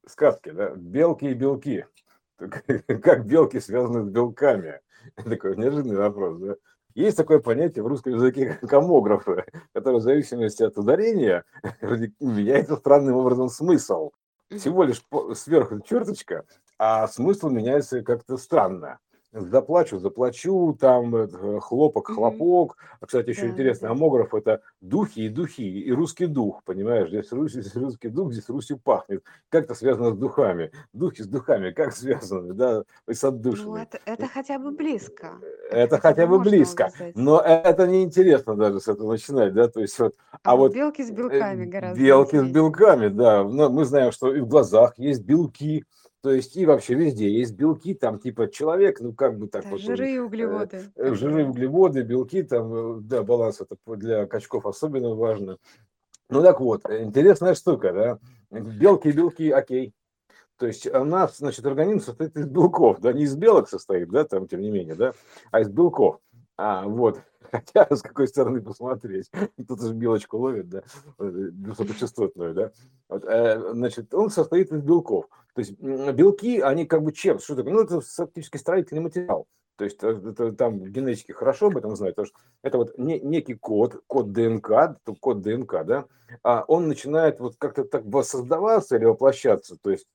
сказки, да, белки и белки. Как белки связаны с белками? Такой неожиданный вопрос, да. Есть такое понятие в русском языке, как гомографы, которое в зависимости от ударения меняется странным образом смысл. Мгм. Всего лишь сверху черточка, а смысл меняется как-то странно. Заплачу, заплачу, там хлопок, Мгм. хлопок. Кстати, еще интересно, Да-да-да. амограф это духи и духи, и русский дух, понимаешь? Здесь, здесь русский дух, здесь Русью пахнет. Как это связано с духами? Духи с духами, как связаны, да, и с Ну, отдушиной. это хотя бы близко. Это Это хотя хотя бы бы можно близко, увязать. но это неинтересно даже с этого начинать, да, то есть вот, А а вот вот белки с белками гораздо белки с интереснее. белками, да, но мы знаем, что и в глазах есть белки, то есть и вообще везде есть белки, там типа человек, ну как бы так Да, вот он, жиры и углеводы, как жиры, говорят. углеводы, белки, там, да, баланс это для качков особенно важно. Ну так вот, интересная штука, да, белки и белки, окей. То есть у нас, значит, организм состоит из белков, да, не из белок состоит, да, там, тем не менее, да, а из белков. Вот. Хотя, с какой стороны посмотреть, тут же белочку ловит, да, высокочастотную, да. Вот, значит, он состоит из белков. То есть белки, они как бы чем? Что такое? Ну, это фактически строительный материал. То есть это, там в генетике хорошо об этом знать, потому что это вот некий код, код ДНК, да, он начинает вот как-то так воссоздаваться или воплощаться, то есть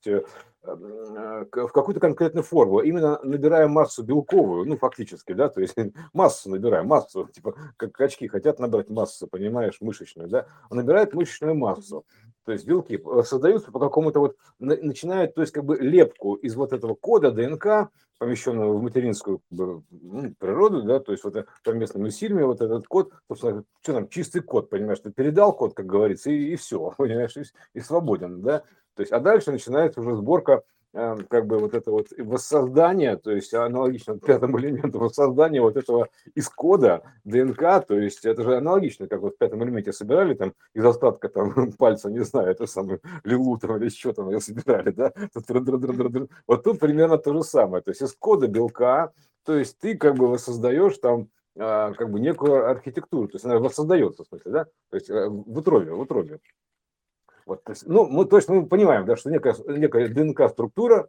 в какую-то конкретную форму, именно набирая массу белковую, ну, фактически, да, то есть массу набираем, массу, типа, как качки хотят набрать массу, понимаешь, мышечную, да, он набирает мышечную Мгм. массу, то есть белки создаются по какому-то вот, начинают, то есть как бы лепку из вот этого кода ДНК, помещенного в материнскую природу, да, то есть вот по местным усилиям вот этот код, собственно, что там, чистый код, понимаешь, ты передал код, как говорится, и все, понимаешь, и свободен, да, то есть, а дальше начинается уже сборка как бы вот это вот воссоздание, то есть аналогично пятому элементу воссоздание вот этого из кода ДНК, то есть это же аналогично, как вот в пятом элементе собирали там из остатка там пальца, не знаю, это самое лилу там или что там ее собирали, да, Мгм. вот тут примерно то же самое, то есть из кода белка, то есть ты как бы воссоздаешь там как бы некую архитектуру, то есть она воссоздается, в смысле, да, то есть в утробе. Вот, то есть, ну, мы точно мы понимаем, да, что некая ДНК-структура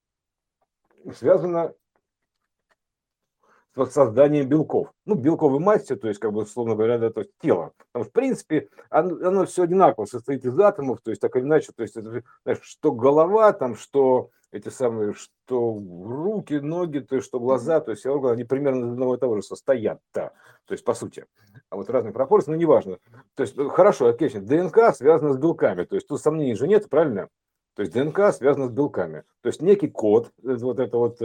связана с созданием белков. Ну, белковой массе, то есть, как бы, условно говоря, да, то есть тело. Потому что, в принципе, оно все одинаково состоит из атомов, то есть, так или иначе, то есть, это же, знаешь, что голова, там, что эти самые, что руки, ноги, то есть, что Мгм. глаза, то есть, все органы, они примерно из одного и того же состоят-то, то есть, по сути. А вот разные пропорции, ну, неважно. То есть, хорошо, отлично, ДНК связана с белками, то есть, тут сомнений же нет, правильно? То есть, ДНК связана с белками. То есть, некий код, вот это вот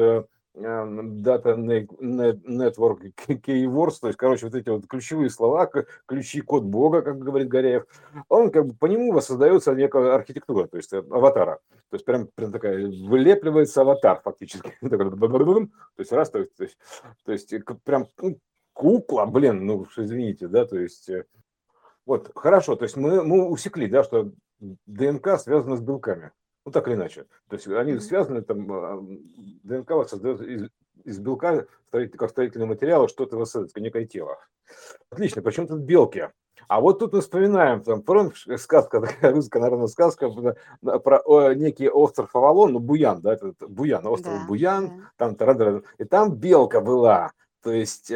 Data Network Keywords, то есть, короче, вот эти вот ключевые слова, ключи код Бога, как говорит Горяев, он как бы по нему воссоздается некая архитектура, то есть аватара. То есть прям такая вылепливается аватар фактически. То есть раз, то есть прям кукла, блин, ну уж извините, да, то есть вот, хорошо, то есть мы усекли, да, что ДНК связана с белками. Ну, так или иначе. То есть они Мгм. связаны, там, ДНК вот создается из белка, как строительного материала, что-то воссоздается, некое тело. Отлично, почему тут белки? А вот тут мы вспоминаем, там, помнишь, сказка, такая русская народная сказка про некий остров Авалон, ну, Буян, да, это Буян, остров Да, Буян, да. там, и там белка была, то есть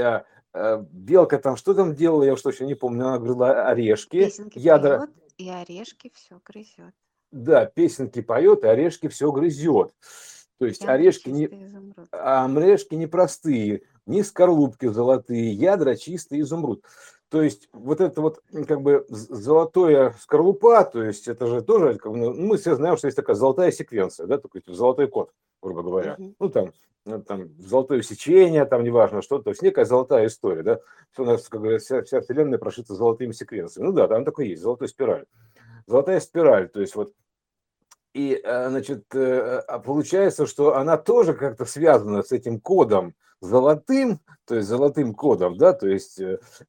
белка там, что там делала, я уж точно не помню, она грызла орешки, Песенки ядра, поет, и орешки все грызет. да, песенки поет, и орешки все грызет. То есть Ядра орешки не, чистый изумруд. орешки непростые, не скорлупки золотые, ядра чистый изумруд. То есть вот это вот как бы золотое скорлупа, то есть это же тоже, как бы, ну, мы все знаем, что есть такая золотая секвенция, да, такой золотой код, грубо говоря. Мгм. Ну, там золотое сечение, там неважно что, то есть некая золотая история, да. Все у нас, как говорят, вся вселенная прошита золотыми секвенциями. Ну да, там такое есть, золотой спираль. Золотая спираль, то есть вот и, значит, получается, что она тоже как-то связана с этим кодом золотым, то есть золотым кодом, да, то есть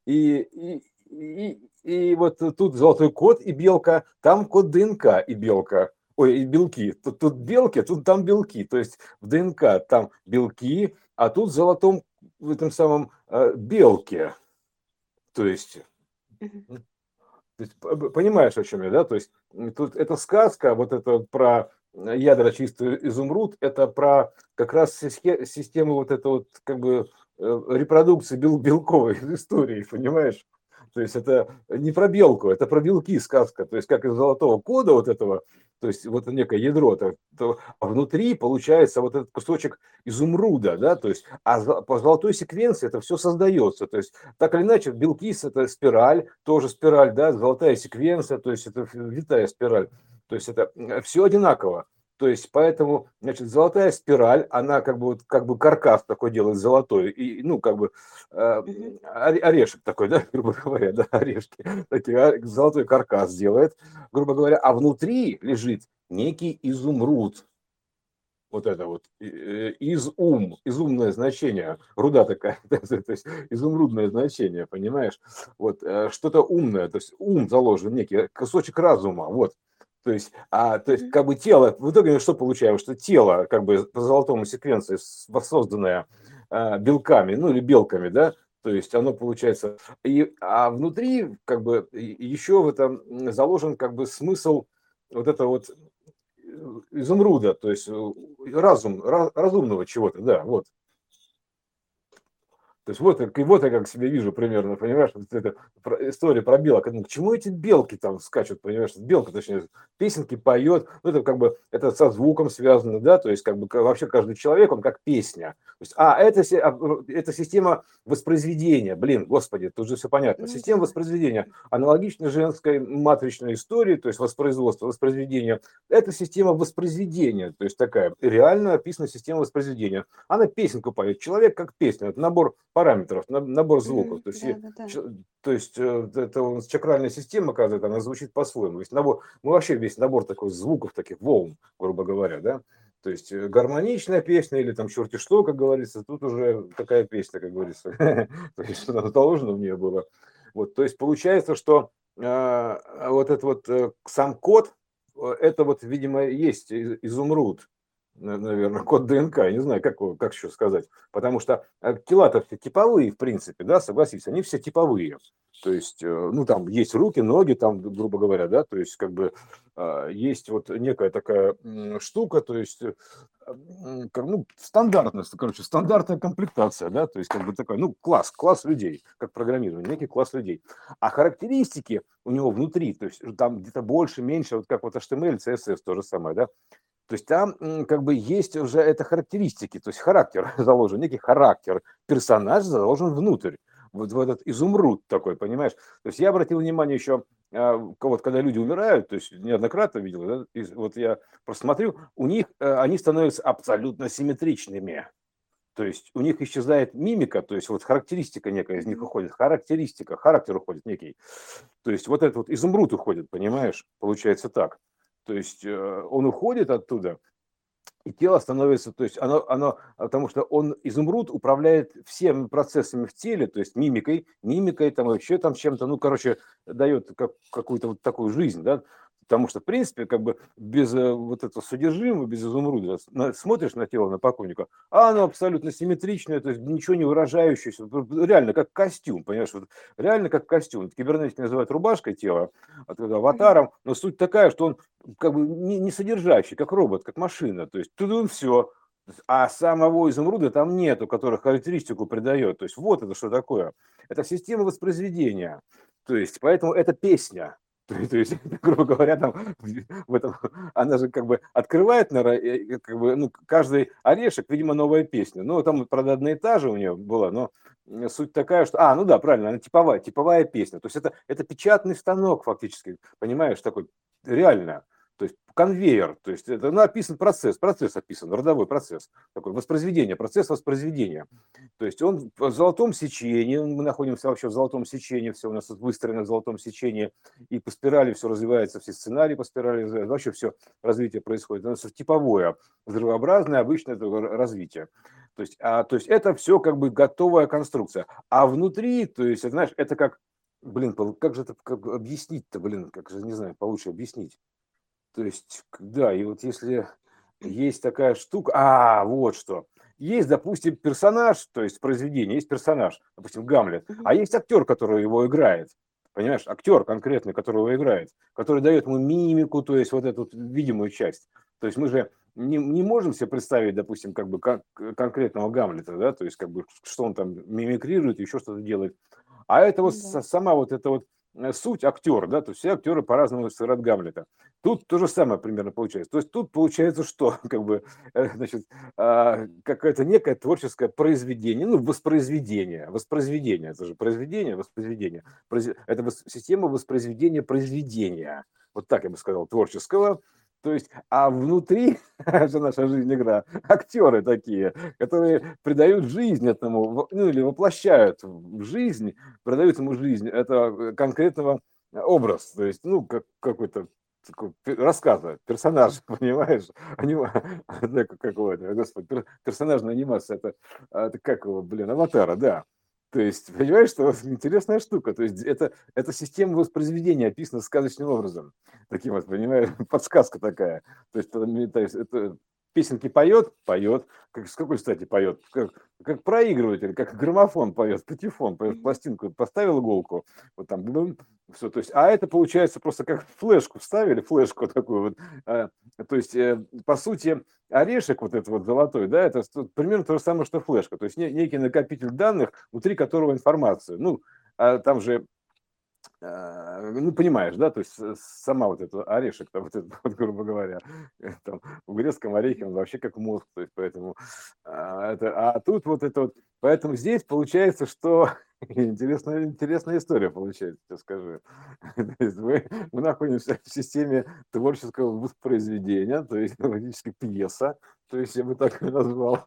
и вот тут золотой код и белка, там код ДНК и белка, ой, и белки. Тут белки, тут там белки, то есть в ДНК там белки, а тут в золотом в этом самом белке, то есть Мгм. то есть, понимаешь, о чем я, да? То есть тут эта сказка, вот это вот про ядра чистый изумруд, это про как раз систему вот это вот как бы репродукции белковой истории, понимаешь? То есть это не про белку, это про белки сказка. То есть как из золотого кода вот этого, то есть вот некое ядро, а внутри получается вот этот кусочек изумруда, да, то есть по золотой секвенции это все создается. То есть так или иначе белки это спираль, тоже спираль, да, золотая секвенция, то есть это витая спираль. То есть это все одинаково. То есть поэтому, значит, золотая спираль, она как бы каркас такой делает золотой, и, ну, как бы орешек такой, да, грубо говоря, да, орешки, такие, золотой каркас делает, грубо говоря, а внутри лежит некий изумруд, вот это вот, изумное значение, руда такая, то есть изумрудное значение, понимаешь, вот, что-то умное, то есть ум заложен, некий кусочек разума, вот, то есть как бы тело, в итоге что получаем, что тело как бы по золотому секвенции воссозданное белками, ну или белками, да, то есть оно получается, а внутри как бы еще в этом заложен как бы смысл вот это вот изумруда, то есть разумного чего-то, да, вот. То есть вот я как себе вижу примерно, понимаешь, вот эта история про белок. Я думаю, к чему эти белки там скачут, понимаешь, белка, точнее, песенки поет, ну это как бы, это со звуком связано, да, то есть как бы вообще каждый человек, он как песня. То есть, это система воспроизведения, блин, господи, тут же все понятно. Ну Система да. воспроизведения аналогична женской матричной истории, то есть воспроизводство, воспроизведение. Это система воспроизведения, то есть такая реально описана система воспроизведения. Она песенку поет. Человек как песня. Это набор параметров, набор звуков. То есть, Да, да, да. это чакральная система, оказывается, она звучит по-своему. То есть мы вообще весь набор такой звуков, таких волн, грубо говоря, да. То есть гармоничная песня или там черти что, как говорится, тут уже такая песня, как говорится. То есть что заложено в нее было. Вот, то есть получается, что вот этот вот сам код, это вот, видимо, есть изумруд, наверное, код ДНК, я не знаю, как еще сказать, потому что тела-то все типовые, в принципе, да, согласитесь, они все типовые, то есть, ну, там есть руки, ноги, там, грубо говоря, да, то есть, как бы, есть вот некая такая штука, то есть, ну, стандартность, короче, стандартная комплектация, да, то есть, как бы такой, ну, класс людей, как программирование, некий класс людей, а характеристики у него внутри, то есть, там где-то больше, меньше, вот как вот HTML, CSS, то же самое, да, то есть там как бы есть уже это характеристики, то есть характер заложен, некий характер, персонаж заложен внутрь, вот в этот изумруд такой, понимаешь? То есть я обратил внимание еще, вот когда люди умирают, то есть неоднократно видел, да, вот я просто смотрю, у них они становятся абсолютно симметричными. То есть у них исчезает мимика, то есть вот характеристика некая из них уходит, характеристика, характер уходит некий. То есть вот этот вот изумруд уходит, понимаешь? Получается так. То есть он уходит оттуда, и тело становится, то есть потому что он, изумруд, управляет всеми процессами в теле, то есть мимикой там, вообще там чем-то, ну, короче, дает какую-то вот такую жизнь, да, потому что, в принципе, как бы без вот этого содержимого, без изумруда, смотришь на тело, на покойника, а оно абсолютно симметричное, то есть ничего не выражающееся, реально как костюм, понимаешь, вот, реально как костюм. Кибернетики называют рубашкой тело, аватаром, но суть такая, что он как бы не содержащий, как робот, как машина. То есть тут все. А самого изумруда там нету, который характеристику придает. То есть вот это что такое. Это система воспроизведения. То есть поэтому это песня. То есть, грубо говоря, там в этом, она же как бы открывает, наверное, как бы, ну, каждый орешек, видимо, новая песня. Ну, там, правда, одна и та же у нее была, но суть такая, что, ну да, правильно, она типовая песня. То есть это печатный станок фактически, понимаешь, такой реально. То есть конвейер, то есть это написан процесс описан, родовой процесс, такой воспроизведение, процесс воспроизведения. То есть он в золотом сечении, мы находимся вообще в золотом сечении, все у нас выстроено в золотом сечении, и по спирали все развивается, все сценарии по спирали развиваются, вообще все развитие происходит. У нас типовое, взрывообразное, обычное развитие. То есть это все как бы готовая конструкция. А внутри, то есть, знаешь, это как, блин, как же это как объяснить-то, блин, как же, не знаю, получше объяснить. То есть, да, и вот если есть такая штука, вот что. Есть, допустим, персонаж, то есть произведение, есть персонаж, допустим, Гамлет, а есть актер, который его играет. Понимаешь, актер конкретный, который его играет, который дает ему мимику, то есть вот эту видимую часть. То есть мы же не можем себе представить, допустим, как бы конкретного Гамлета, да, то есть как бы что он там мимикрирует, еще что-то делает. А это вот Ну да. сама вот эта вот суть актер, да, то есть все актеры по-разному сыграют Гамлета. Тут то же самое примерно получается. То есть тут получается, что как бы, значит, какое-то некое творческое произведение, ну, воспроизведение, это же произведение, воспроизведение, это система воспроизведения произведения, вот так я бы сказал, творческого. То есть, а внутри же наша жизнь игра, актеры такие, которые придают жизнь этому, ну или воплощают в жизнь, придают ему жизнь, это конкретного образ, то есть, ну, как какой-то рассказа, персонаж, понимаешь? Какого-то, господи, персонажная анимация, это как его, блин, Аватара, да. То есть, понимаешь, что интересная штука. То есть, это система воспроизведения описана сказочным образом. Таким вот, понимаешь, подсказка такая. То есть, песенки поет, как, с какой стати поет? Как проигрыватель, как граммофон поет, патефон, поет Мгм. пластинку, поставил иголку, вот там, все, то есть, а это получается просто как флешку вставили, флешку такую вот, то есть, по сути, орешек вот этот вот золотой, да, это примерно то же самое, что флешка, то есть некий накопитель данных, внутри которого информация. Ну, там же, ну, понимаешь, да, то есть сама вот эта орешек, там, вот этот, вот, грубо говоря, там, в грецком орехе он вообще как мозг, то есть поэтому, а тут вот это вот, поэтому здесь получается, что интересная история получается, тебе скажу. То есть мы находимся в системе творческого воспроизведения, то есть логически пьеса, то есть я бы так и назвал,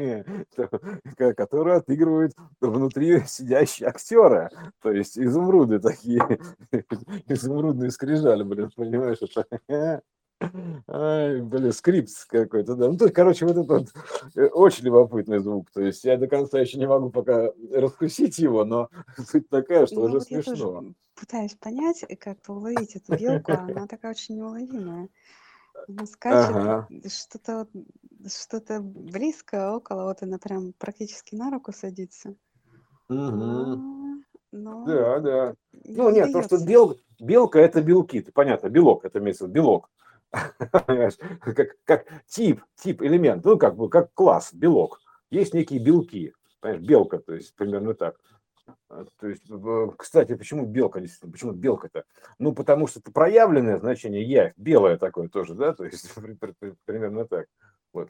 которую отыгрывают внутри сидящие актеры, то есть изумруды такие, изумрудные скрижали, блин, понимаешь, это... Ай, блин, скрипт какой-то, да. Ну, то есть, короче, вот это вот очень любопытный звук. То есть я до конца еще не могу пока раскусить его, но суть такая, что Ну уже вот я тоже смешно. пытаюсь понять и как-то уловить эту белку, а она такая очень неуловимая. Она скачет, Ага. что-то что-то близко, около, вот она прям практически на руку садится. Мгм. А, но Да, да. Ну, не нет, то, что дается. белка это белки, понятно, белок, это имеется в виду белок. Понимаешь? Как тип, элемент, ну, как бы, как класс, белок. Есть некие белки, понимаешь, белка, то есть примерно так. То есть, кстати, почему белка, действительно, почему белка-то? Ну, потому что это проявленное значение я, белое такое тоже, да, то есть примерно так. Вот.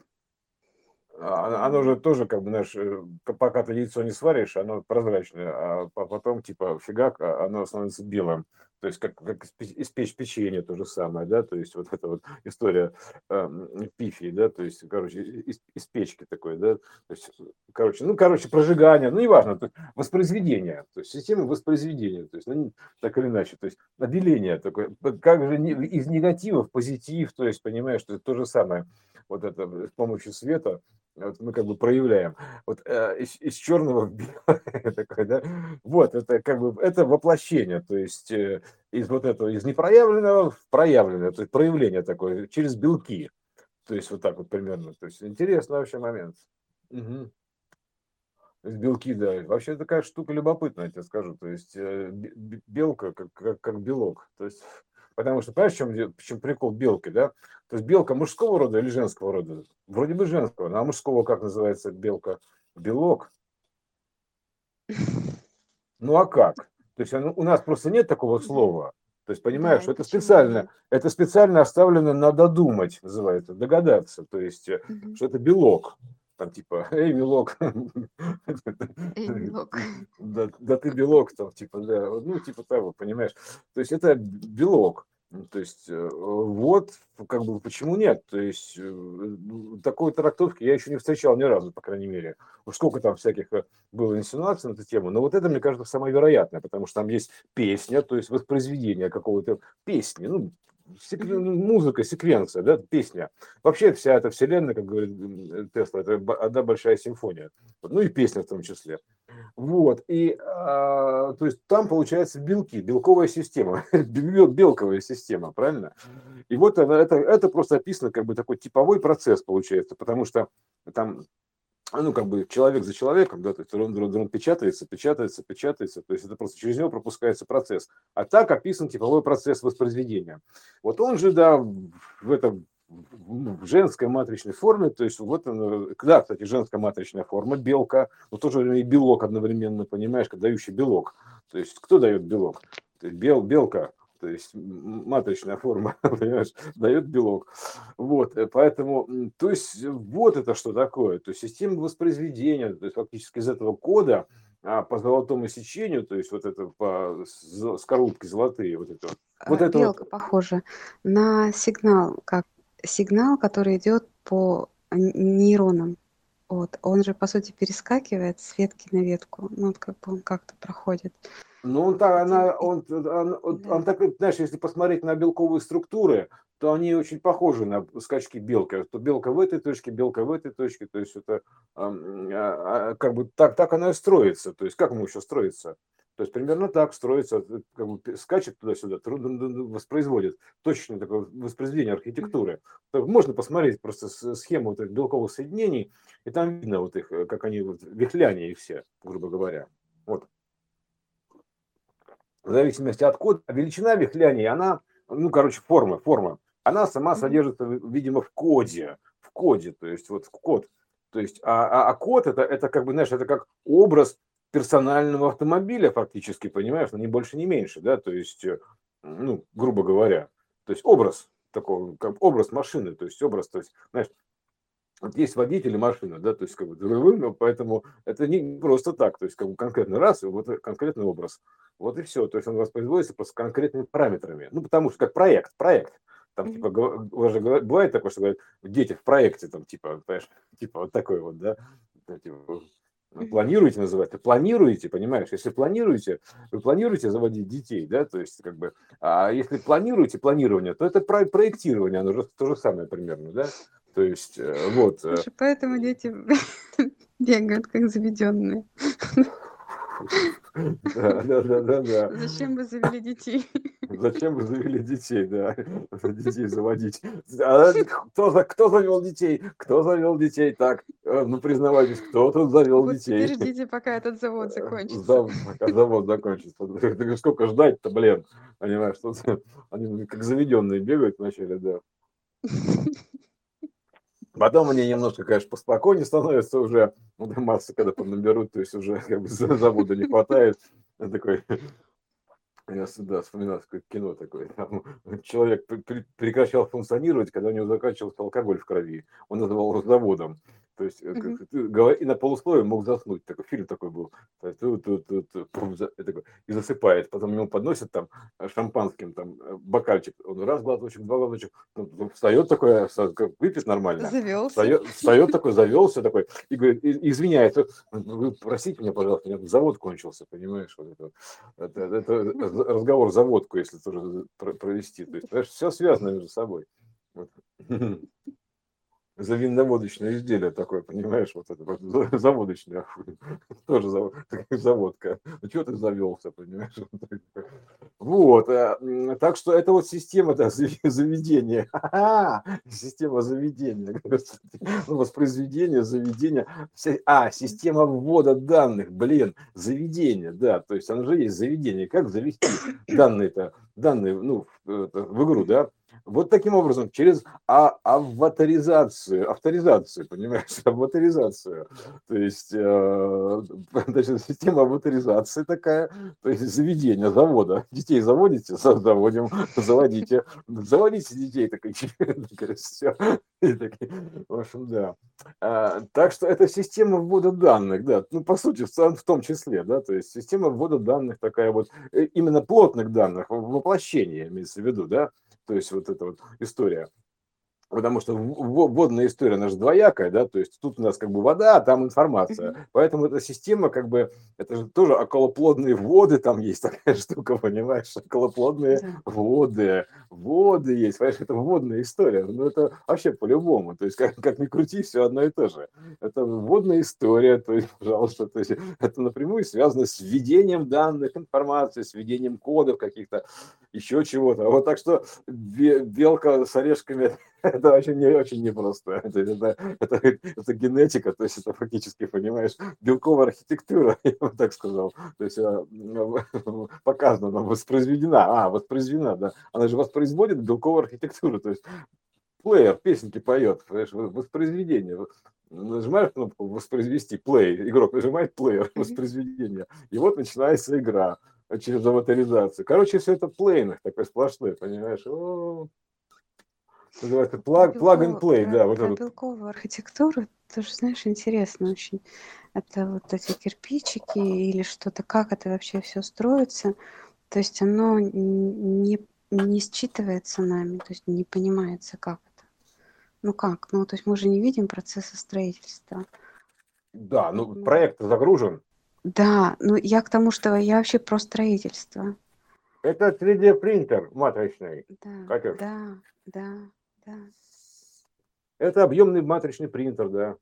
Оно М, же тоже, как бы, знаешь, пока ты яйцо не сваришь, оно прозрачное, а потом, типа, фигак, оно становится белым. То есть, как испечь печенье, то же самое, да, то есть, вот эта вот история пифии, да, то есть, короче, из печки такой, да, то есть, короче, прожигание, ну, неважно, то есть, воспроизведение, то есть, система воспроизведения, то есть, ну, так или иначе, то есть, обеление такое, как же из негатива в позитив, то есть, понимаешь, что это то же самое, вот это с помощью света, вот мы как бы проявляем. Вот из черного в белое такое, да. Вот, это как бы, это воплощение, то есть из вот этого, из непроявленного в проявленное, то есть проявление такое через белки. То есть вот так вот примерно. То есть интересный вообще момент. Мгм. То есть белки, да. Вообще такая штука любопытная, я тебе скажу. То есть белка как белок. То есть, потому что, понимаешь, в чем прикол белки, да? То есть белка мужского рода или женского рода? Вроде бы женского, но а мужского как называется белка? Белок. Ну а как? То есть у нас просто нет такого да, слова. То есть да, понимаешь, и что это почему специально, нет? это специально оставлено на додумать, называется, догадаться. То есть, Мгм. что это белок. Там типа, эй, белок, Эй, белок. да ты белок, там, типа, да, вот, ну, типа того, понимаешь. То есть это белок. То есть вот, как бы, почему нет? То есть такой трактовки я еще не встречал ни разу, по крайней мере. Уж сколько там всяких было инсинуаций на эту тему, но вот это, мне кажется, самое вероятное, потому что там есть песня, то есть воспроизведение какого-то песни, ну, Мгм. музыка, секвенция, да, песня. Вообще вся эта вселенная, как говорит Тесла, это одна большая симфония. Вот, ну и песня в том числе. Вот, и, то есть там получается белки, белковая система, белковая система, правильно? И вот это просто описано как бы такой типовой процесс получается, потому что там ну, как бы человек за человеком, да, то есть он печатается, то есть это просто через него пропускается процесс. А так описан типовой процесс воспроизведения. Вот он же, да, в этом в женской матричной форме, то есть вот она, да, кстати, женская матричная форма, белка, но в то же время и белок одновременно, понимаешь, как дающий белок. То есть кто дает белок? То есть белка, то есть матричная форма, понимаешь, дает белок. Вот, поэтому, то есть вот это что такое, то есть система воспроизведения, то есть фактически из этого кода по золотому сечению, то есть вот это по скорлупки золотые, вот это вот. Белка похожа на сигнал, как сигнал, который идет по нейронам. Вот. Он же, по сути, перескакивает с ветки на ветку. Ну, вот как бы он как-то проходит. Ну, он, так, Этим... он Да. так, знаешь, если посмотреть на белковые структуры, то они очень похожи на скачки белки. То белка в этой точке, белка в этой точке. То есть это как бы так оно и строится. То есть как оно еще строится? То есть примерно так строится, как бы скачет туда-сюда, воспроизводит точное такое воспроизведение архитектуры. Можно посмотреть просто схему вот этих белковых соединений, и там видно вот их, как они вот вихляне и все, грубо говоря. Вот. В зависимости от кода, величина вихляний, она, ну, короче, форма, она сама содержится, видимо, в коде, то есть вот в код. То есть, код это как бы, знаешь, это как образ персонального автомобиля фактически, понимаешь, но ни больше, ни меньше, да, то есть, ну, грубо говоря, то есть образ такого, как образ машины, то есть образ, то есть, знаешь, вот есть водители машины, да, то есть как бы, поэтому это не просто так, то есть как бы конкретный раз, и вот конкретный образ. Вот и все. То есть он воспроизводится просто с конкретными параметрами. Ну, потому что как проект. Там, типа, уже бывает такое, что говорят, дети в проекте, там, типа, понимаешь, типа, вот такой вот, да, типа, планируете, называется, планируете, понимаешь, если планируете, вы планируете заводить детей, да, то есть, как бы, а если планируете планирование, то это проектирование, оно же то же самое примерно, да, то есть, вот. Слушай, поэтому дети бегают как заведенные. Да. Зачем вы завели детей? Зачем вы завели детей, да, детей заводить. Кто завел детей? Кто завел детей? Так, ну признавайтесь, кто тут завел Вот теперь детей? ждите, пока этот завод закончится. Пока завод закончится. Сколько ждать-то, блин? Понимаешь, что они как заведенные бегают вначале, да. Потом они немножко, конечно, поспокойнее становятся уже, массы когда наберут, то есть уже как бы завода не хватает. Такой, я всегда вспоминаю такое кино такое. Там человек прекращал функционировать, когда у него заканчивался алкоголь в крови. Он называл его заводом. То есть и на полусловие мог заснуть. Такой фильм такой был. И засыпает. Потом ему подносят там шампанским там бокальчик. Он раз глоточек, два глоточек. Встает такой, выпьет нормально. Завелся. Встает такой, завелся такой. И говорит, извиняется. Вы простите меня, пожалуйста, у меня завод кончился, понимаешь? Вот это разговор за водку, если тоже провести. То есть, все связано между собой. Вот. За винно-водочное изделие такое, понимаешь, вот это вот, заводочное, тоже заводка. Ну, чего ты завелся, понимаешь? Вот, так что это вот система, да, заведения. Система заведения, ну, воспроизведения, заведения. Система ввода данных, блин, заведение, да, то есть оно же есть заведение. Как завести данные, ну, в игру, да? Вот таким образом, через авторизацию, понимаешь, авторизацию. То есть, значит, система авторизации такая, то есть заведение завода. Детей заводите, заводим, заводите детей, такой, все. В общем, да. Так что это система ввода данных, да, ну, по сути, в том числе, да, то есть система ввода данных такая вот, именно плотных данных, воплощение имеется в виду, да, то есть вот эта вот история. Потому что водная история, она же двоякая, да, то есть тут у нас как бы вода, а там информация. Поэтому эта система как бы, это же тоже околоплодные воды, там есть такая штука, понимаешь, околоплодные воды есть, понимаешь, это водная история. Ну это вообще по-любому, то есть как ни крути, все одно и то же. Это водная история, то есть, пожалуйста, то есть это напрямую связано с введением данных, информации, с введением кодов каких-то, еще чего-то. Вот так что белка с орешками это очень непросто. Это генетика, то есть это фактически, понимаешь, белковая архитектура, я бы так сказал. То есть показана, она воспроизведена, да. Она же воспроизводит белковую архитектуру, то есть плеер песенки поет, понимаешь, воспроизведение. Нажимаешь кнопку воспроизвести, play, игрок нажимает плеер, Мгм. воспроизведение, и вот начинается игра через аватаризацию. Короче, все это плейных, такой сплошной, понимаешь? Называется plug and play, да, вот Про этот. белковую архитектуру тоже, знаешь, интересно очень. Это вот эти кирпичики или что-то, как это вообще все строится. То есть оно не считывается нами, то есть не понимается, как это. Ну как? Ну, то есть мы же не видим процесса строительства. Да, Вот ну мы... проект загружен. Да, ну я к тому, что я вообще про строительство. Это 3D принтер матричный, Да, Катюш. да, да, да. Это объемный матричный принтер, да.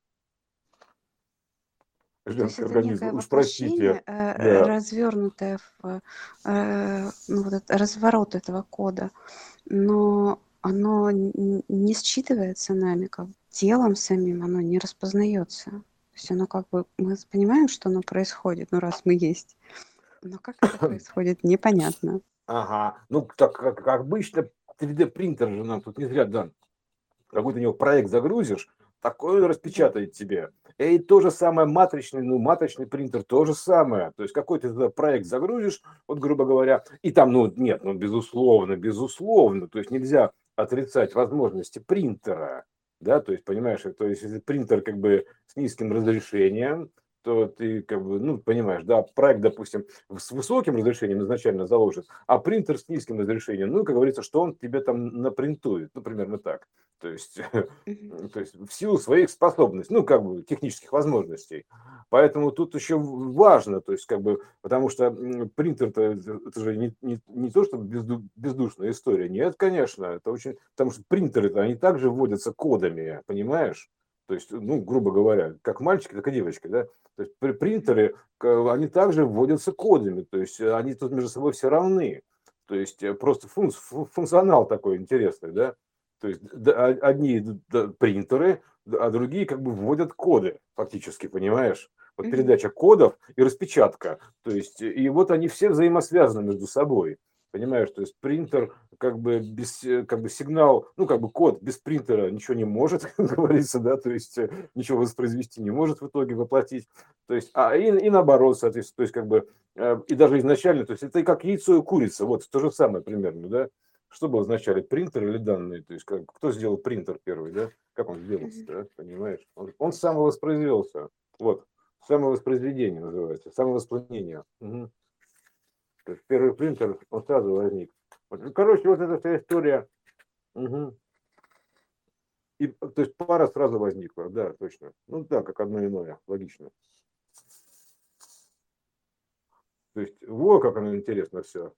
То есть Женский это организм, некое уж простите. воплощение, Да. развернутое в ну, вот это, разворот этого кода, но оно не считывается нами, как телом самим, оно не распознается. То есть оно как бы, мы понимаем, что оно происходит, ну раз мы есть, но как это происходит, непонятно. Ага. Ну, так как обычно, 3D принтер же нам тут не зря дан. Какой-то у него проект загрузишь, такой он Да. распечатает тебе. И то же самое матричный, ну, матричный принтер то же самое. То есть какой-то туда проект загрузишь, вот грубо говоря, и там, ну, нет, ну, безусловно, безусловно, то есть нельзя отрицать возможности принтера, да, то есть, понимаешь, то есть, если принтер как бы с низким разрешением, то ты как бы, ну, понимаешь, да, проект, допустим, с высоким разрешением изначально заложит, а принтер с низким разрешением, ну, как говорится, что он тебе там напринтует, ну, примерно так. То есть, Мгм. то есть в силу своих способностей, ну, как бы технических возможностей. Поэтому тут еще важно, то есть, как бы, потому что принтер-то это же не то, что бездушная история. Нет, конечно, это очень. Потому что принтеры-то они также вводятся кодами, понимаешь? То есть, ну, грубо говоря, как мальчики, так и девочки, да. То есть Мгм. принтеры, они также вводятся кодами, то есть они тут между собой все равны. То есть просто функционал такой интересный, да. То есть одни принтеры, а другие как бы вводят коды, фактически, понимаешь? Вот Мгм. передача кодов и распечатка. То есть, и вот они все взаимосвязаны между собой. Понимаешь, то есть принтер как бы без как бы сигнал, ну как бы код без принтера ничего не может, как говорится, да, то есть ничего воспроизвести не может в итоге воплотить. То есть, и наоборот, соответственно, то есть как бы и даже изначально, то есть это как яйцо и курица, вот то же самое примерно, да. Что было вначале, принтер или данные? То есть кто сделал принтер первый, да? Как он сделался, Мгм. да? Понимаешь? Он самовоспроизвелся. Вот. Самовоспроизведение называется. Самовоспламенение. Мгм. То есть первый принтер, он сразу возник. Вот. Ну, короче, вот эта вся история. Мгм. И, то есть пара сразу возникла, да, точно. Ну да, как одно иное, логично. То есть, вот как оно интересно все.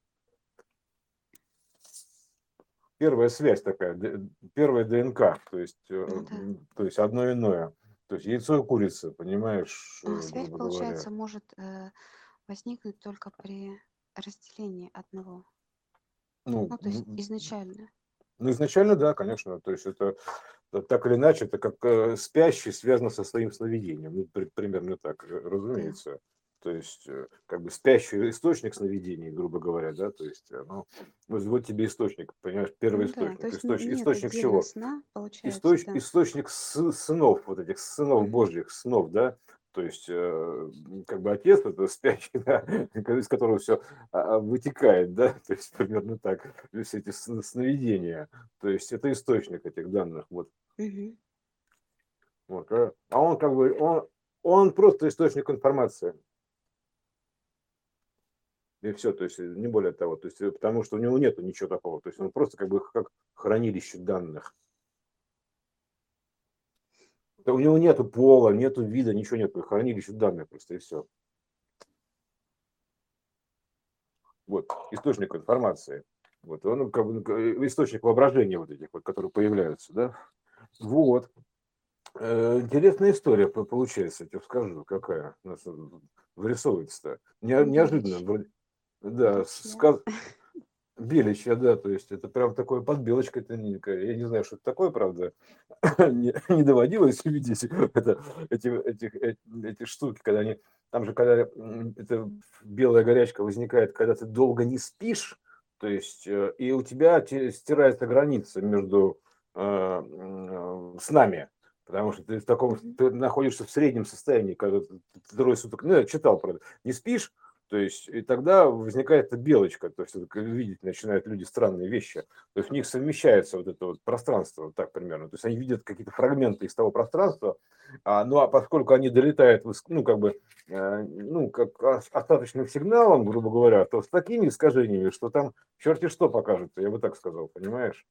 Первая связь такая, первая ДНК, Ну да. то есть одно иное. То есть яйцо и курица, понимаешь, А связь, грубо говоря. получается, может возникнуть только при разделении одного. Ну, Ну, то есть изначально. ну, изначально, да, конечно. То есть это так или иначе, это как спящий связано со своим сновидением. Ну, примерно так, Да. разумеется. То есть, как бы спящий источник сновидений, грубо говоря, да, то есть, ну, вот тебе источник, понимаешь, первый Ну да, то источник. есть нет Источник отдельно чего? сна, получается, да. Источник сынов, вот этих сынов Мгм. Божьих, снов, да, то есть, как бы отец это спящий, да, из которого все вытекает, да, то есть примерно так, то есть эти сновидения, то есть это источник этих данных, вот, Мгм. вот, а он как бы, он просто источник информации, и все, то есть не более того, то есть потому что у него нету ничего такого, то есть он просто как бы как хранилище данных. Да у него нету пола, нету вида, ничего нету, хранилище данных просто и все. Вот, источник информации. Вот, он как бы источник воображения вот этих вот, которые появляются, да. Вот. Интересная история получается, я тебе скажу, какая у нас вырисовывается-то. Неожиданно, Беличь. вроде, да, Беличья. беличья, да, то есть это прям такое под белочкой тоненькое. Я не знаю, что это такое, правда, не доводилось видеть это, эти штуки, когда они, там же, когда эта белая горячка возникает, когда ты долго не спишь, то есть, и у тебя стирается граница между с нами. Потому что ты в таком, ты находишься в среднем состоянии, когда ты трое суток, ну, я читал про это, не спишь, то есть, и тогда возникает эта белочка, то есть, видеть начинают люди странные вещи, то есть, в них совмещается вот это вот пространство, вот так примерно, то есть, они видят какие-то фрагменты из того пространства, ну, а поскольку они долетают, ну, как бы, ну, как остаточным сигналом, грубо говоря, то с такими искажениями, что там черти что покажется, я бы так сказал, понимаешь?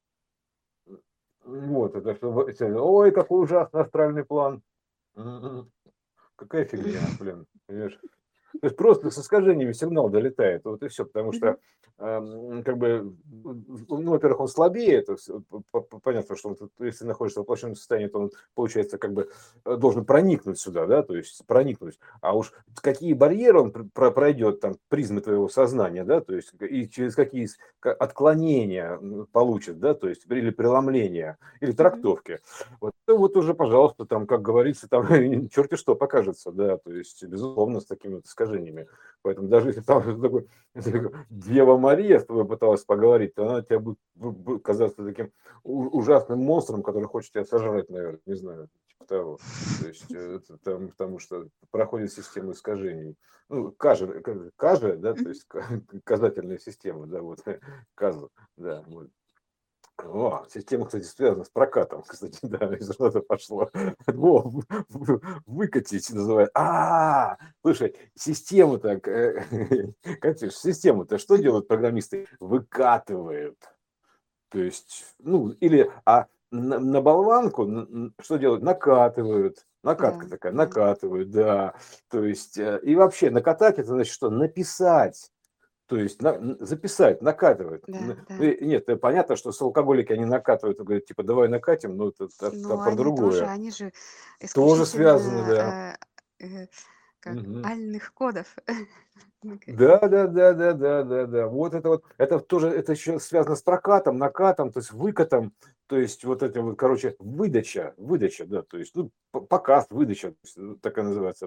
Вот, это что, ой, какой ужасный астральный план. М, Какая фигня, блин, понимаешь? То есть просто с искажениями сигнал долетает, вот и все, потому Мгм. что, как бы, ну, во-первых, он слабее, это понятно, что он, если находишься в воплощенном состоянии, то он, получается, как бы должен проникнуть сюда, да, то есть проникнуть, а уж какие барьеры он пройдет, там, призмы твоего сознания, да, то есть и через какие отклонения получит, да, то есть или преломления, или Мгм. трактовки, вот уже, пожалуйста, там, как говорится, там черти что покажется, да, то есть, безусловно, с такими вот искажениями. Поэтому даже если там такой, Дева Мария с тобой пыталась поговорить, то она тебе будет казаться таким ужасным монстром, который хочет тебя сожрать, наверное, не знаю, типа того. То есть, потому что проходит система искажений. Ну, кажа, да, то Мгм. есть казательная система, да, вот, каза, да, вот. О, система, кстати, связана с прокатом, кстати, да, если что-то пошло. Во, выкатить называют. Слушай, систему так, Катюш, систему-то что Мгм. делают программисты? Выкатывают. То есть, ну, или, на болванку что делают? Накатывают. Да, Накатка такая, да, накатывают, да. То есть, и вообще, накатать, это значит что? Написать. То есть записать, накатывать. да, да. Нет, понятно, что с алкоголики они накатывают, и говорят, типа, давай накатим, но это Но про они тоже, другое. они же Тоже связано, да. исключительно как Мгм. альных кодов. Ну, Да, да, да, да, да, да, да. Вот, это тоже, это еще связано с прокатом, накатом, то есть выкатом, то есть вот этим вот, короче, выдача, да, то есть, ну, показ, выдача, то есть, такая называется,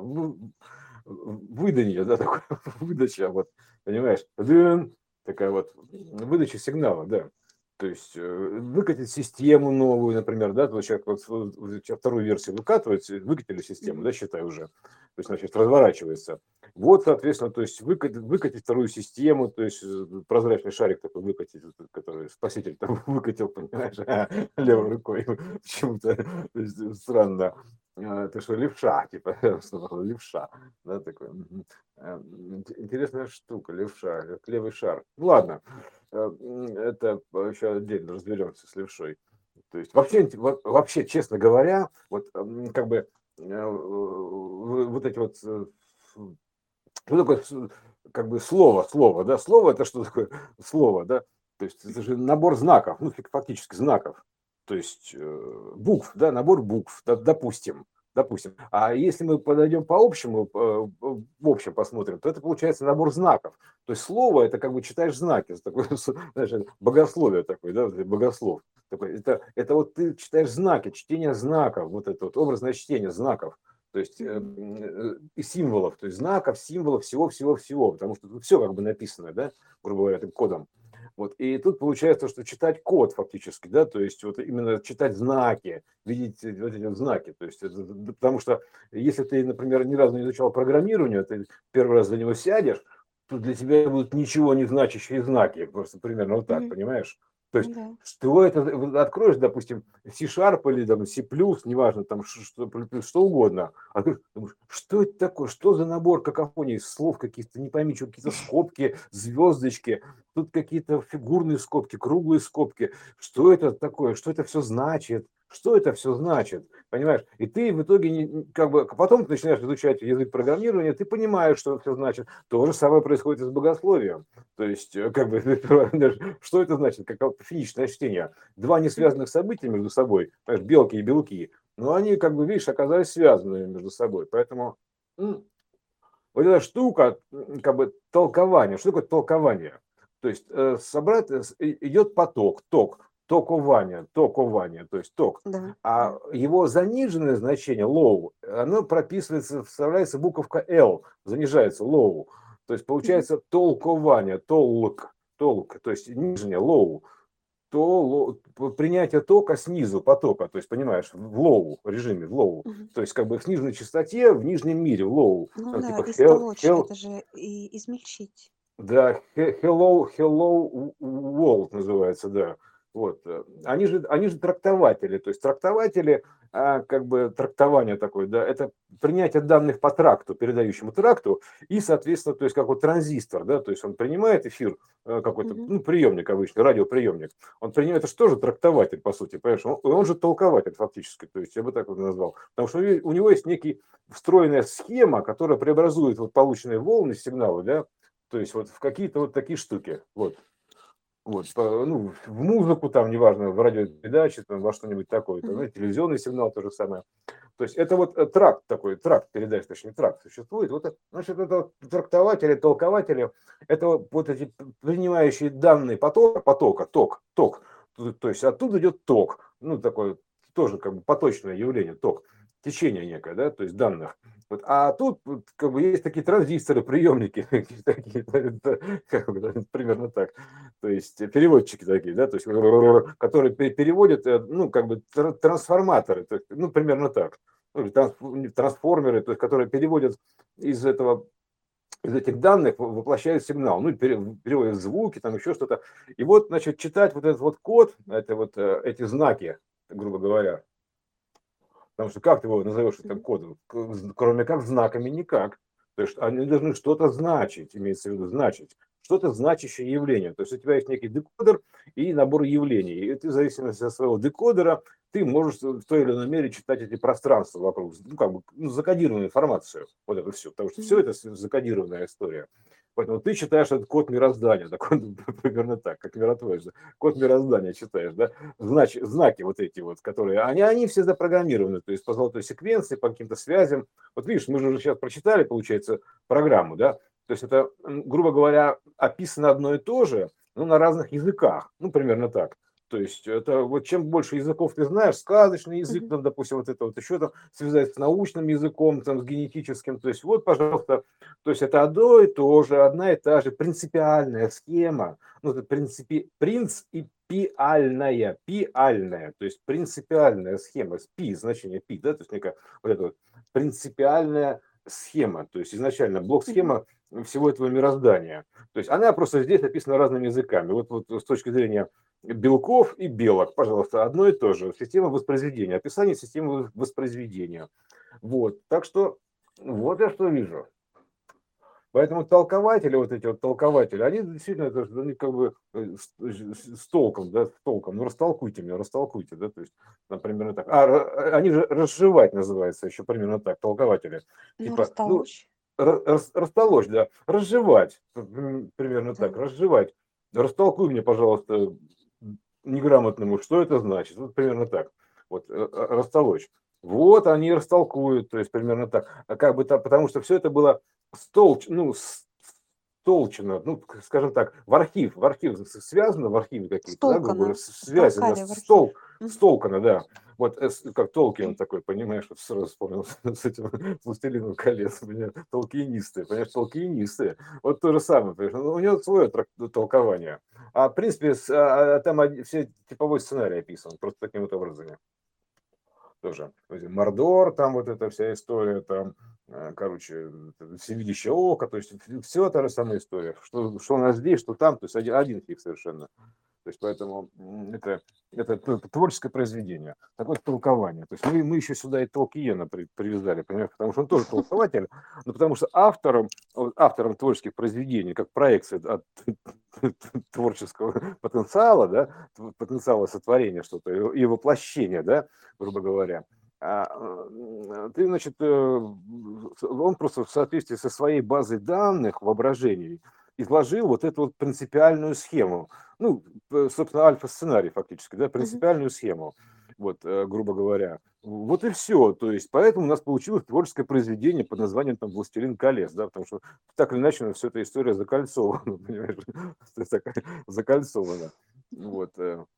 выданье, да, такое, выдача, вот, понимаешь, такая вот выдача сигнала, да. То есть выкатить систему новую, например, да, то есть человек вот вторую версию выкатывает, выкатили систему, мгм. да, считай уже, то есть, значит, разворачивается. Вот, соответственно, то есть выкатить вторую систему, то есть прозрачный шарик такой выкатить, который спаситель там выкатил, понимаешь, левой Да. рукой, почему-то странно. Это что, левша, типа, что такое левша, да, такой. Интересная штука, левша, как левый шар. Ну, ладно, это еще отдельно разберемся с левшой. То есть вообще, честно говоря, вот как бы вот эти вот что такое как бы слово, да? Слово это что такое слово, да? То есть это же набор знаков, ну, фактически знаков. То есть букв, да, набор букв, допустим. А если мы подойдем по общему, в общем посмотрим, то это получается набор знаков. То есть слово это как бы читаешь знаки, это такое, знаешь, богословие такое, да, вот богослов. Такой, это вот ты читаешь знаки, чтение знаков, вот это вот образное чтение знаков. То есть Мгм. и символов, то есть знаков, символов, всего, потому что тут все как бы написано, да, грубо говоря, этим кодом. Вот. И тут получается, что читать код фактически, да, то есть вот именно читать знаки, видеть вот эти вот знаки, то есть, потому что если ты, например, ни разу не изучал программирование, ты первый раз за него сядешь, то для тебя будут ничего не значащие знаки, просто примерно вот так, Мгм. понимаешь? То Ну есть да. что это, откроешь, допустим, C-Sharp или там C++, неважно, там что угодно, а ты думаешь, что это такое, что за набор какофонии слов каких-то, не пойми, что какие-то скобки, звездочки, тут какие-то фигурные скобки, круглые скобки, что это такое, что это все значит, что это все значит, понимаешь? И ты в итоге, как бы, потом ты начинаешь изучать язык программирования, ты понимаешь, что это все значит. То же самое происходит и с богословием. То есть, как бы, что это значит, как финишное чтение? Два Мгм. несвязанных события между собой, понимаешь, белки и белки, но они, как бы, видишь, оказались связаны между собой. Поэтому вот эта штука, как бы толкование. Что такое толкование? То есть собрать, идет поток, токование, то есть ток. Да, А да. его заниженное значение, low, оно прописывается, вставляется буковка L, занижается low. То есть Мгм. получается толкование, толк, то есть нижнее, low. то принятие тока снизу потока, то есть, понимаешь, в лоу режиме, в лоу, Мгм. то есть как бы в сниженной частоте, в нижнем мире, в лоу, Ну там, да, типа истолочь, это же и измельчить. да, hello world называется, да. Вот. Они же трактователи, то есть трактователи, как бы трактование такое, да, это принятие данных по тракту, передающему тракту, и, соответственно, то есть как вот транзистор, да, то есть он принимает эфир, какой-то, Мгм. ну, приемник обычный, радиоприемник, он принимает, это же тоже трактователь, по сути, понимаешь, он же толкователь фактически, то есть я бы так вот назвал, потому что у него есть некий встроенная схема, которая преобразует вот полученные волны, сигналы, да, то есть вот в какие-то вот такие штуки. Вот. Вот, ну, в музыку там, неважно, в радиопередаче, там, во что-нибудь такое, там, Мгм. ну, телевизионный сигнал то же самое. То есть это вот тракт такой, тракт передач, точнее, тракт существует. Вот, значит, это трактователи, толкователи, это вот эти принимающие данные потока, ток. То есть оттуда идет ток, ну, такое тоже как бы поточное явление, ток, течение некое, да, то есть данных. Вот. А тут вот, как бы есть такие транзисторы, приемники, такие, как бы, примерно так. То есть переводчики такие, да, то есть, которые переводят, ну, как бы трансформаторы, то есть, ну, примерно так. Ну, или трансформеры, то есть, которые переводят из этого из этих данных воплощают сигнал, ну, переводят звуки, там еще что-то. И вот, значит, читать вот этот вот код, это вот эти знаки, грубо говоря, потому что как ты его назовешь этим Мгм. кодом? Кроме как знаками никак. То есть они должны что-то значить, имеется в виду значить. Что-то значащее явление. То есть у тебя есть некий декодер и набор явлений. И ты в зависимости от своего декодера ты можешь в той или иной мере читать эти пространства вокруг. Ну, как бы ну, закодированную информацию. Вот это все. Потому что все Мгм. это закодированная история. Поэтому ты читаешь этот код мироздания. Такой, примерно так, как миротворец. Код мироздания читаешь, да? Знаки вот эти вот, которые, они все запрограммированы, то есть по золотой секвенции, по каким-то связям. Вот видишь, мы же уже сейчас прочитали, получается, программу, да, то есть это, грубо говоря, описано одно и то же, но на разных языках, ну, примерно так. То есть это вот чем больше языков ты знаешь, сказочный язык, Мгм. там, допустим, вот это вот еще там связать с научным языком, там, с генетическим, то есть вот, пожалуйста, то есть это одно и то же, одна и та же принципиальная схема, ну, это пиальная, то есть принципиальная схема, пи, значение пи, да, то есть некая вот эта вот принципиальная схема, то есть изначально Мгм. блок-схема всего этого мироздания. То есть она просто здесь написана разными языками. Вот с точки зрения белков и белок, пожалуйста, одно и то же. Система воспроизведения, описание системы воспроизведения. Вот, так что вот я что вижу. Поэтому толкователи, вот эти вот толкователи, они действительно, они как бы с толком, да, с толком. Ну, растолкуйте меня, растолкуйте, да, то есть, например, так. Они же разжевать называется еще примерно так, толкователи. Ну, Типа, ну, растолочь. растолочь, да, разжевать, примерно Да. так, разжевать. Растолкуй мне, пожалуйста, неграмотному, что это значит. Вот примерно так. Вот, растолочь. Вот они и растолкуют, то есть примерно так. А как бы так, потому что все это было ну, столчено, ну, скажем так, в архив связано, в архиве какие-то, да, грубо говоря, Столкано. связи, да, Столкали в архив. Мгм. столкано, да. Вот как Толкин такой, понимаешь, вот сразу вспомнил с этим «Властелином колец», толкинисты, понимаешь, толкинисты. Вот то же самое, понимаешь, ну, у него свое толкование. А в принципе, там все типовой сценарий описан, просто таким вот образом тоже. Мордор, там вот эта вся история, там, короче, всевидящее око, то есть все та же самая история. Что у нас здесь, что там, то есть один фиг совершенно. То есть поэтому это творческое произведение, такое толкование. То есть мы еще сюда и Толкиена привязали, понимаешь, потому что он тоже толкователь, но потому что автором творческих произведений, как проекция от творческого потенциала, да, потенциала сотворения что-то и воплощения, да, грубо говоря, ты, значит, он просто в соответствии со своей базой данных, воображений, изложил вот эту вот принципиальную схему. Ну, собственно, альфа-сценарий фактически, да, Мгм. принципиальную схему, вот, грубо говоря. Вот и все. То есть, поэтому у нас получилось творческое произведение под названием там «Властелин колец», да, потому что так или иначе все эта история закольцована, понимаешь, то есть такая закольцована. Вот.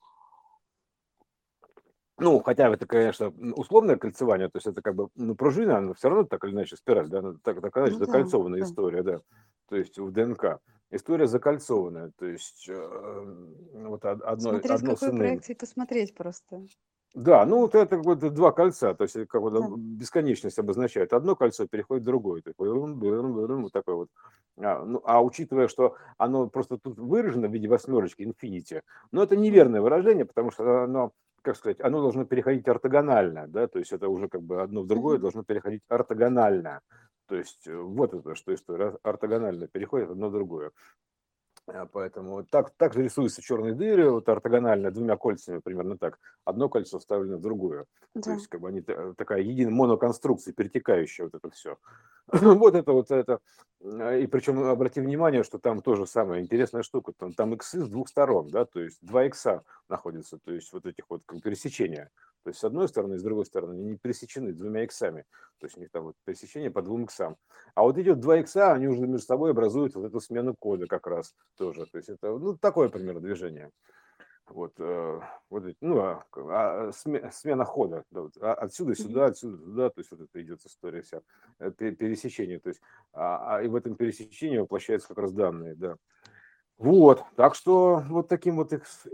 Ну, хотя это, конечно, условное кольцевание, то есть это как бы ну, пружина, но все равно так или иначе спираль, да, так или иначе Ну да, закольцованная да. история, да, то есть в ДНК. история закольцованная, то есть вот Смотря с одно с какой иным. проекцией посмотреть просто. Да, ну вот это вот два кольца, то есть как бы Да. бесконечность обозначает. Одно кольцо переходит в другое. Такой вот такой вот. А учитывая, что оно просто тут выражено в виде восьмерочки, инфинити, но это Мгм. неверное выражение, потому что оно, как сказать, оно должно переходить ортогонально, да, то есть это уже как бы одно в другое Мгм. должно переходить ортогонально. То есть вот это, что история, ортогонально переходит одно в другое. Поэтому вот так же рисуются черные дыры, вот ортогонально, двумя кольцами, примерно так. Одно кольцо вставлено в другое. То Да. есть, как бы они такая единая моноконструкция, перетекающая вот это все. Вот это. И причем обрати внимание, что там тоже самая интересная штука. Там иксы с двух сторон, да, то есть два икса находятся, то есть вот этих вот как пересечения. То есть с одной стороны и с другой стороны они не пересечены двумя иксами. То есть у них там вот пересечение по двум иксам. А вот эти вот два икса, они уже между собой образуют вот эту смену кода как раз тоже. То есть это ну, такое примерно движение. Вот, смена хода. Да, вот, отсюда Мгм. сюда, отсюда туда. То есть вот это идет история вся. Пересечение. То есть, и в этом пересечении воплощаются как раз данные. Да. Вот. Так что вот таким вот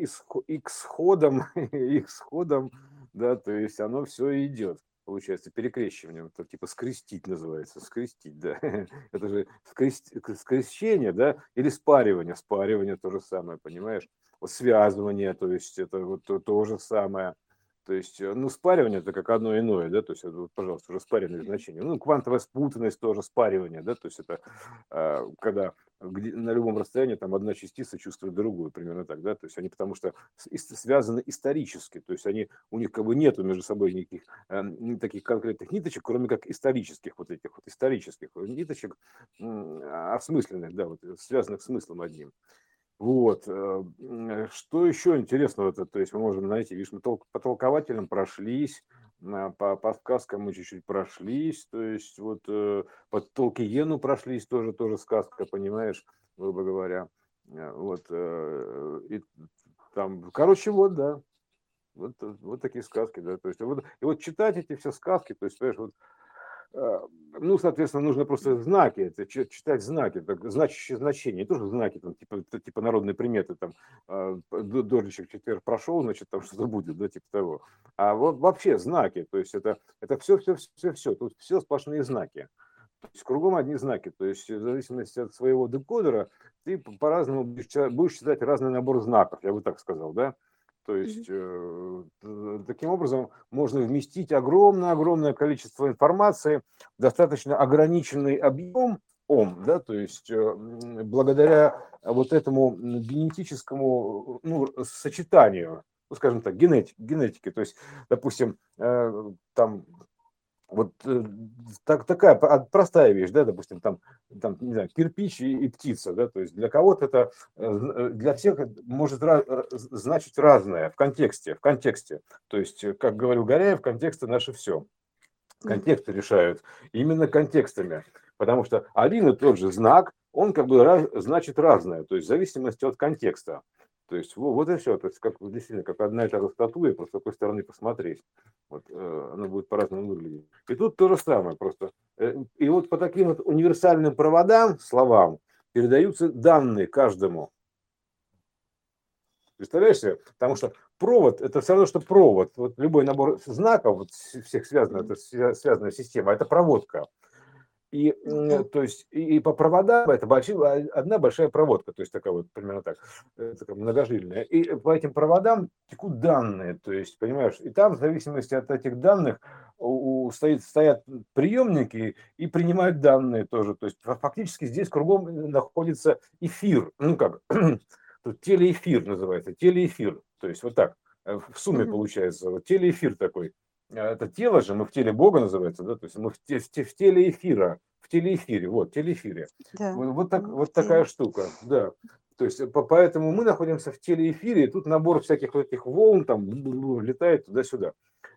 исходом, исходом, да, то есть оно все идет. Получается, перекрещиванием, это типа скрестить называется, скрестить, да. Это же скрещение, да, или спаривание. Спаривание то же самое, понимаешь? Вот связывание, то есть это вот то же самое. То есть, ну, спаривание это как одно иное, да, то есть, это, вот, пожалуйста, уже спаренные Мгм. значения. Ну, квантовая спутанность тоже спаривание, да, то есть это когда на любом расстоянии там одна частица чувствует другую, примерно так, да, то есть они потому что связаны исторически, то есть у них как бы нету между собой никаких таких конкретных ниточек, кроме как исторических вот этих вот исторических ниточек, осмысленных, да, вот связанных смыслом одним. Вот. Что еще интересного? То есть мы можем найти, видишь, мы по толкователям прошлись, по сказкам мы чуть-чуть прошлись, то есть вот по Толкиену прошлись, тоже сказка, понимаешь, грубо говоря. Вот. И там, короче, вот, да, вот такие сказки, да, то есть и вот читать эти все сказки, то есть, понимаешь, вот Э, ну, соответственно, нужно просто знаки, это читать знаки, так, значащие значения, не тоже знаки, там, типа народные приметы, там, дождичек четверг прошел, значит, там что-то будет, да, типа того. А вот вообще знаки, то есть это все, тут все сплошные знаки. То есть кругом одни знаки, то есть в зависимости от своего декодера ты по-разному будешь читать разный набор знаков, я бы так сказал, да. То Мгм. есть таким образом можно вместить огромное количество информации в достаточно ограниченный объем, да, то есть благодаря вот этому генетическому сочетанию, ну, скажем так, генетики, то есть, допустим, там вот такая простая вещь, да, допустим, там не знаю, кирпич и птица, да, то есть для кого-то это, для всех это может значить разное в контексте. То есть, как говорил Горяев, контексты наше все. Мгм. Контексты решают именно контекстами, потому что один и тот же знак, он как бы значит разное, то есть в зависимости от контекста. То есть вот и все, то есть как действительно как одна и та же статуя, просто с какой стороны посмотреть, вот она будет по-разному выглядеть. И тут то же самое просто. И вот по таким вот универсальным проводам, словам, передаются данные каждому. Представляешь себе? Потому что провод это все равно, что провод. Вот любой набор знаков, вот всех связанных, Мгм. это связанная система, это проводка. И, Ну да. то есть, и по проводам это одна большая проводка, то есть такая вот примерно так, такая многожильная. И по этим проводам текут данные, то есть, понимаешь, и там в зависимости от этих данных стоят приемники и принимают данные тоже. То есть фактически здесь кругом находится эфир, ну как, тут телеэфир называется, телеэфир. То есть вот так, в сумме Мгм. получается, вот телеэфир такой. Это тело же, мы в теле Бога называется, да, то есть мы в теле эфира, в телеэфире, вот, телеэфире. Да. В Вот такая теле. штука, да. То есть поэтому мы находимся в телеэфире, и тут набор всяких вот этих волн там летает туда-сюда.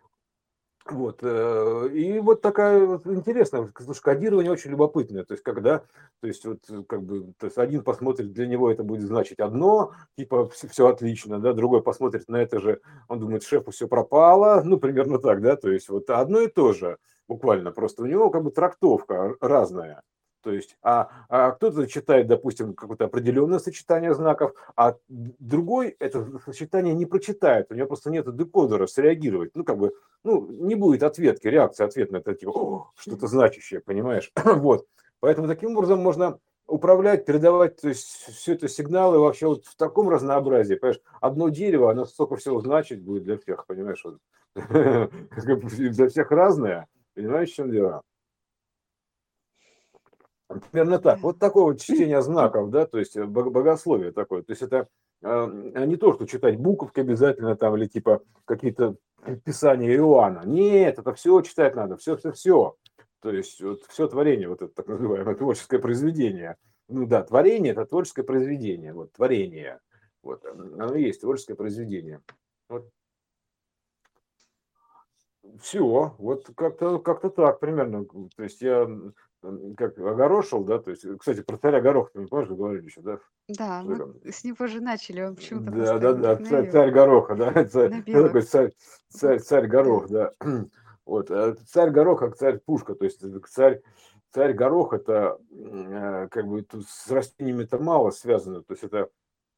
Вот, и вот такая вот интересная, потому что кодирование очень любопытное, то есть когда, то есть вот как бы, то есть один посмотрит, для него это будет значить одно, типа все отлично, да, другой посмотрит на это же, он думает, шефу все пропало, ну, примерно так, да, то есть вот одно и то же, буквально, просто у него как бы трактовка разная. То есть, а кто-то читает, допустим, какое-то определенное сочетание знаков, а другой это сочетание не прочитает, у него просто нет декодера среагировать. Ну, как бы, ну, не будет ответки, реакции, ответ на это, типа, «О, что-то значащее, понимаешь? Вот. Поэтому таким образом можно управлять, передавать, то есть все это сигналы вообще вот в таком разнообразии, понимаешь? Одно дерево, оно столько всего значит будет для всех, понимаешь? Вот. Для всех разное, понимаешь, в чем дело? Примерно так. Да. Вот такое вот чтение знаков, да, то есть богословие такое. То есть это не то, что читать буковки обязательно там или типа какие-то писания Иоанна. Нет, это все читать надо, все. То есть вот все творение, вот это так называемое творческое произведение. Ну да, творение – это творческое произведение. Вот творение. Вот оно и есть творческое произведение. Вот все, вот как-то так примерно. То есть я как огорошил, да, то есть, кстати, про царя Гороха, ты не помнишь, говорили еще, да? Да, Что мы там? с него же начали, он почему-то Да, нас да, так да, вдохновил царь Гороха, да, на кто такой белок. царь Да. Горох, да. Вот, царь Горох, как царь Пушка, то есть царь Горох, это как бы тут с растениями-то мало связано, то есть это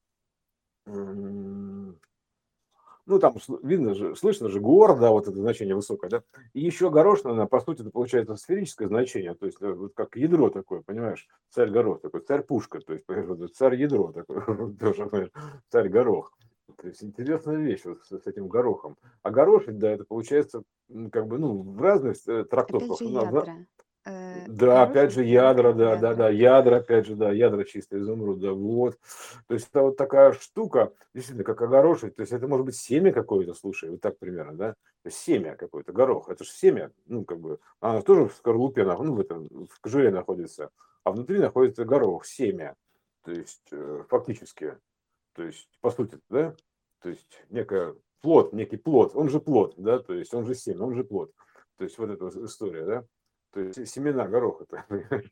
ну, там видно же, слышно же, гор, да, вот это значение высокое, да. И еще горошина, она, по сути, это получается сферическое значение, то есть вот как ядро такое, понимаешь, царь горох такой, царь пушка, то есть, понимаешь, вот царь ядро такой, тоже, понимаешь, царь горох. То есть интересная вещь вот с этим горохом. А горошить, да, это получается, как бы, ну, в разных Опять трактовках. же ядра. Да, опять Горошин же это ядра, опять да, ядра. ядра, опять же, да, ядра чистый изумруд, да, вот. То есть это вот такая штука, действительно, как огорошить, то есть это может быть семя какое-то, слушай, вот так примерно, да, то есть семя какое-то, горох, это же семя, ну, как бы, оно тоже в скорлупе, ну, в этом, в кожуре находится, а внутри находится горох, семя, то есть фактически, то есть, по сути, да, то есть плод, некий плод, он же плод, да, то есть он же семя, он же плод, то есть вот эта вот история, да. То есть семена гороха-то.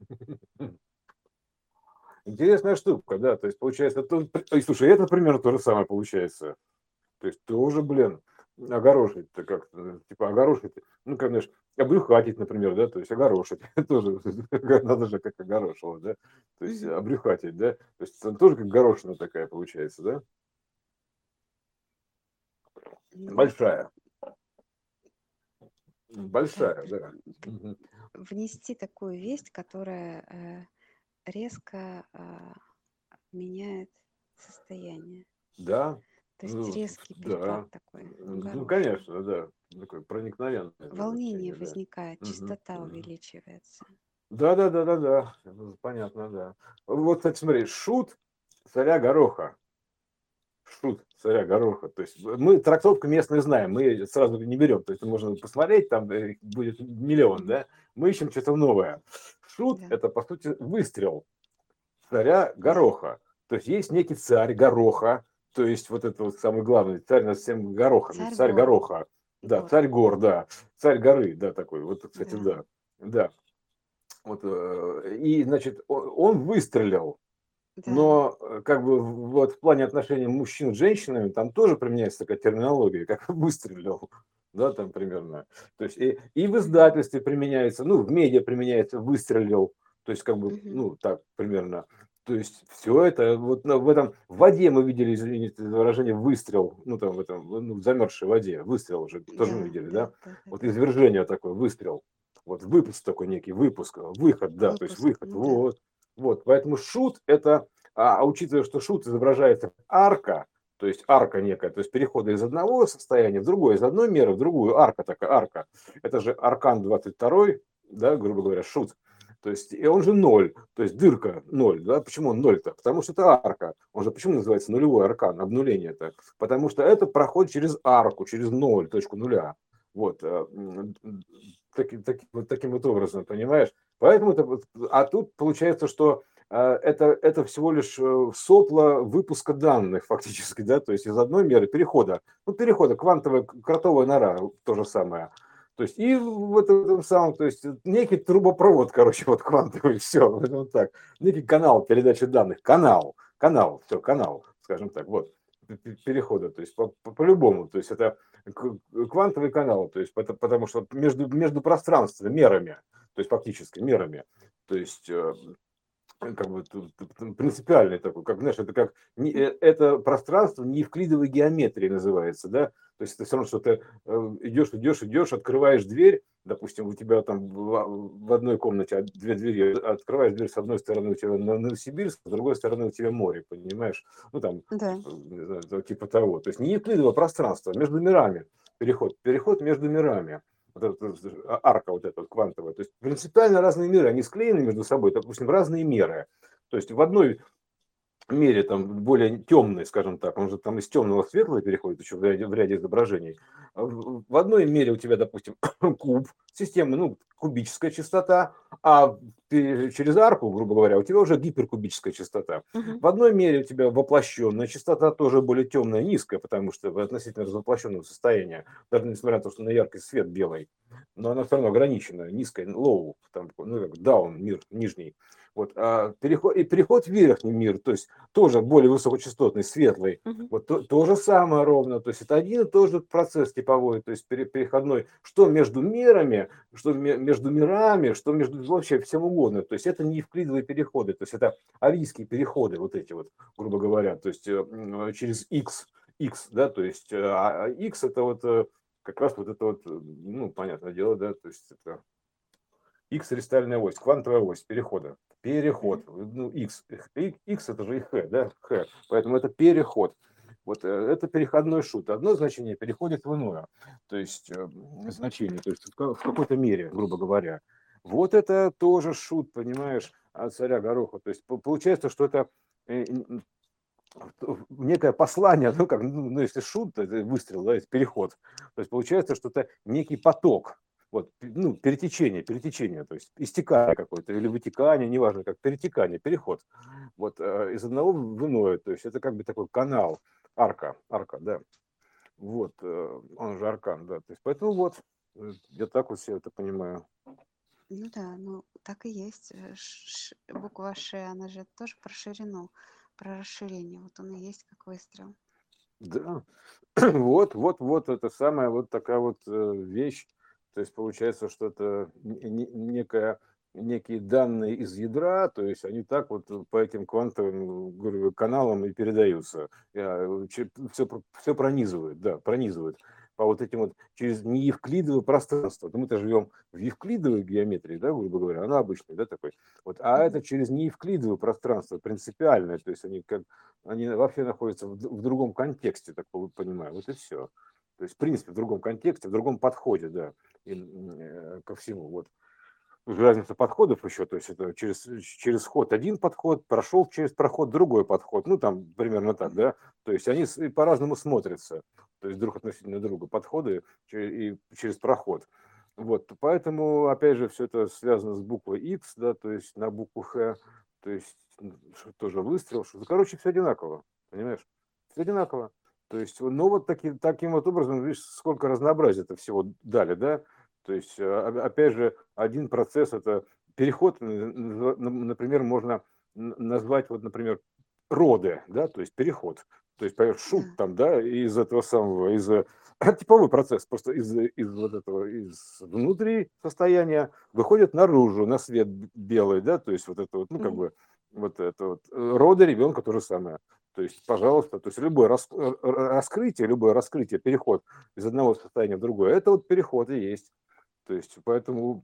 Интересная штука, да. То есть получается, слушай, это примерно то же самое получается. То есть тоже, блин, огорошить-то как-то, типа огорошить, ну, как, знаешь, обрюхатить, например, да, то есть огорошить, тоже надо же как огорошило, да, то есть Мгм. обрюхатить, да, то есть тоже как горошина такая получается, да, Ну, это большая, так, большая, да. Мгм. внести такую весть, которая резко меняет состояние. Да, То есть ну, резкий перепад да, такой у ну, горошины. конечно, да, такое проникновенное Волнение значение, да. возникает, Мгм, частота мгм. увеличивается. Да. Понятно, да. Вот, кстати, смотри, шут царя Гороха. Шут царя Гороха. То есть мы трактовку местную знаем, мы сразу не берем. То есть можно посмотреть, там будет миллион, Мгм. да? Мы ищем что-то новое. Шут – Да, это, по сути, выстрел царя да, Гороха. То есть есть некий царь Гороха, то есть вот это вот самый главный царь над всем Горохами, царь царь гор, Гороха. Да, гор, царь гор, да. Царь горы, да, такой. Вот, кстати, да, да. Да. Вот, и, значит, он выстрелил, да, но как бы вот в плане отношений мужчин с женщинами там тоже применяется такая терминология, как выстрелил, да, там примерно. То есть и в мгм, издательстве применяется, ну, в медиа применяется выстрелил, то есть как бы, мгм, ну, так примерно. То есть все это, вот в этом, в воде мы видели, извините за выражение, выстрел, ну, там, в этом, ну, в замерзшей воде, выстрел уже тоже да, мы видели, да, да? да, да, Вот да. извержение такое, выстрел. Вот выпуск такой некий, выпуск, выход, да, то есть Выпуск, выход, ну да, вот. Вот, поэтому шут это, учитывая, что шут изображается как арка, то есть арка некая, то есть перехода из одного состояния в другое, из одной меры в другую, арка такая, арка. Это же аркан 22, да, грубо говоря, шут. То есть, и он же ноль, то есть дырка ноль, да, почему он ноль-то? Потому что это арка, он же почему называется нулевой аркан, обнуление это? Потому что это проходит через арку, через ноль, точку нуля, вот, вот таким вот образом, понимаешь? Поэтому это, а тут получается, что это всего лишь сопло выпуска данных фактически, да, то есть из одной меры перехода, ну, перехода, квантовая кротовая нора, то же самое. То есть и в этом самом, то есть некий трубопровод, короче, вот квантовый, все, вот так, некий канал передачи данных, все, канал, скажем так, вот, перехода, то есть по-любому, то есть это квантовый канал, то есть потому что между пространствами, мерами, то есть фактически мерами. То есть как бы принципиальный такой, как, знаешь, это как это пространство неевклидовой геометрии называется, да, то есть это все равно, что ты идешь, открываешь дверь, допустим, у тебя там в одной комнате две двери, открываешь дверь, с одной стороны у тебя Новосибирск, с другой стороны у тебя море, понимаешь, ну там, Да. не знаю, типа того, то есть неевклидовое пространство между мирами, переход между мирами. Вот эта арка вот эта вот квантовая. То есть принципиально разные миры, они склеены между собой, допустим, разные меры. То есть в одной мере там более темный, скажем так, он же там из темного в светлое переходит еще в ряде изображений. В одной мере у тебя, допустим, куб, система, ну, кубическая частота, а через арку, грубо говоря, у тебя уже гиперкубическая частота. Мгм. В одной мере у тебя воплощенная частота, тоже более темная, низкая, потому что относительно развоплощенного состояния, даже несмотря на то, что на яркий свет белый, но она все равно ограничена, низкая, low, там, ну, как down, мир нижний. Вот, переход в верхний мир, то есть тоже более высокочастотный, светлый. Мгм. Вот то же самое ровно. То есть это один и тот же процесс типовой, то есть переходной, что между мирами, что между мирами, что между вообще всем угодно. То есть это не евклидовые переходы, то есть это арийские переходы, вот эти вот, грубо говоря, то есть через X, да, то есть X это вот как раз вот это вот, ну, понятное дело, да, то есть это X кристальная ось, квантовая ось перехода. Мгм. Переход. Ну, X это же и Х, да? Х. Поэтому это переход. Вот это переходной шут. Одно значение переходит в иное. То есть значение, то есть в какой-то мере, грубо говоря. Вот это тоже шут, понимаешь, от царя Гороха. То есть получается, что это некое послание, ну, как, ну, если шут, это выстрел, да, это переход. То есть получается, что это некий поток, вот, ну, перетечение, то есть истекание какое-то или вытекание, неважно, как перетекание, переход. Вот из одного в иное, то есть это как бы такой канал, арка, да. Вот, он же аркан, да. То есть поэтому вот, я так вот все это понимаю. Ну да, ну так и есть. Буква Ш, она же тоже про ширину, про расширение. Вот он и есть как выстрел. Да, вот это самая вот такая вот вещь. То есть получается, что это некие данные из ядра, то есть они так вот по этим квантовым, говорю, каналам и передаются. Все пронизывают, да, пронизывают по вот этим вот через неевклидовое пространство. Мы-то живем в евклидовой геометрии, да, грубо говоря, она обычная, да, такой. Вот, а Мгм. это через неевклидовое пространство, принципиальное, то есть они вообще находятся в другом контексте, так понимаю. Вот и все. То есть, в принципе, в другом контексте, в другом подходе, да, ко всему. Вот. Разница подходов еще, то есть это через ход один подход, прошел через проход другой подход, ну там примерно так, Мгм. да, то есть они по-разному смотрятся, то есть друг относительно друга подходы и через проход. Вот, поэтому, опять же, все это связано с буквой X, да, то есть на букву Х, то есть тоже выстрел, что, короче, все одинаково, понимаешь, все одинаково. То есть, ну вот таким вот образом, видишь, сколько разнообразия это всего дали, да, то есть, опять же, один процесс это переход, например, можно назвать, вот, например, роды, да, то есть переход. То есть, понимаешь, шут Да. там, да, из этого самого, типовой процесс, просто из вот этого, из внутри состояния выходит наружу, на свет белый, да, то есть вот это вот, ну, как Мгм. бы, вот это вот, роды ребенка то же самое. То есть, пожалуйста, то есть любое любое раскрытие, переход из одного состояния в другое, это вот переход и есть. То есть, поэтому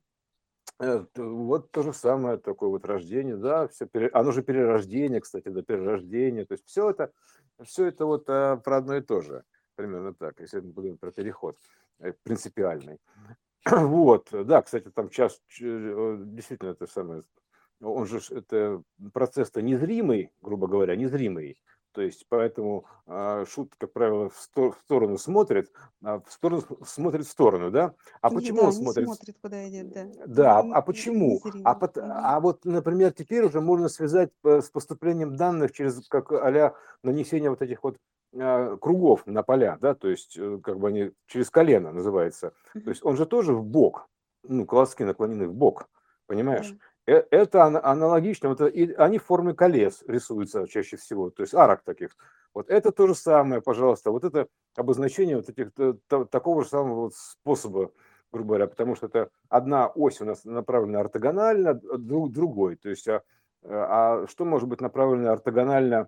вот то же самое, такое вот рождение, да, оно же перерождение, кстати, да, перерождение, то есть все это вот про одно и то же, примерно так, если мы будем про переход принципиальный. Вот, да, кстати, там действительно это самое, он же это процесс-то незримый, грубо говоря, незримый. То есть поэтому шут, как правило, в сторону смотрит, смотрит в сторону, да? А почему он Да, не смотрит? смотрит, куда идет, да. Да, а почему? Незримо. А вот, например, теперь уже можно связать с поступлением данных через как а-ля нанесение вот этих вот кругов на поля, да, то есть как бы они через колено называется. То Мгм. есть он же тоже в бок, ну, колоски наклонены в бок, понимаешь? Да. Это аналогично, вот, они в форме колес рисуются чаще всего, то есть арок таких. Вот это то же самое, пожалуйста, вот это обозначение вот этих такого же самого вот способа грубо говоря, потому что это одна ось у нас направлена ортогонально другой. То есть, а что может быть направлено ортогонально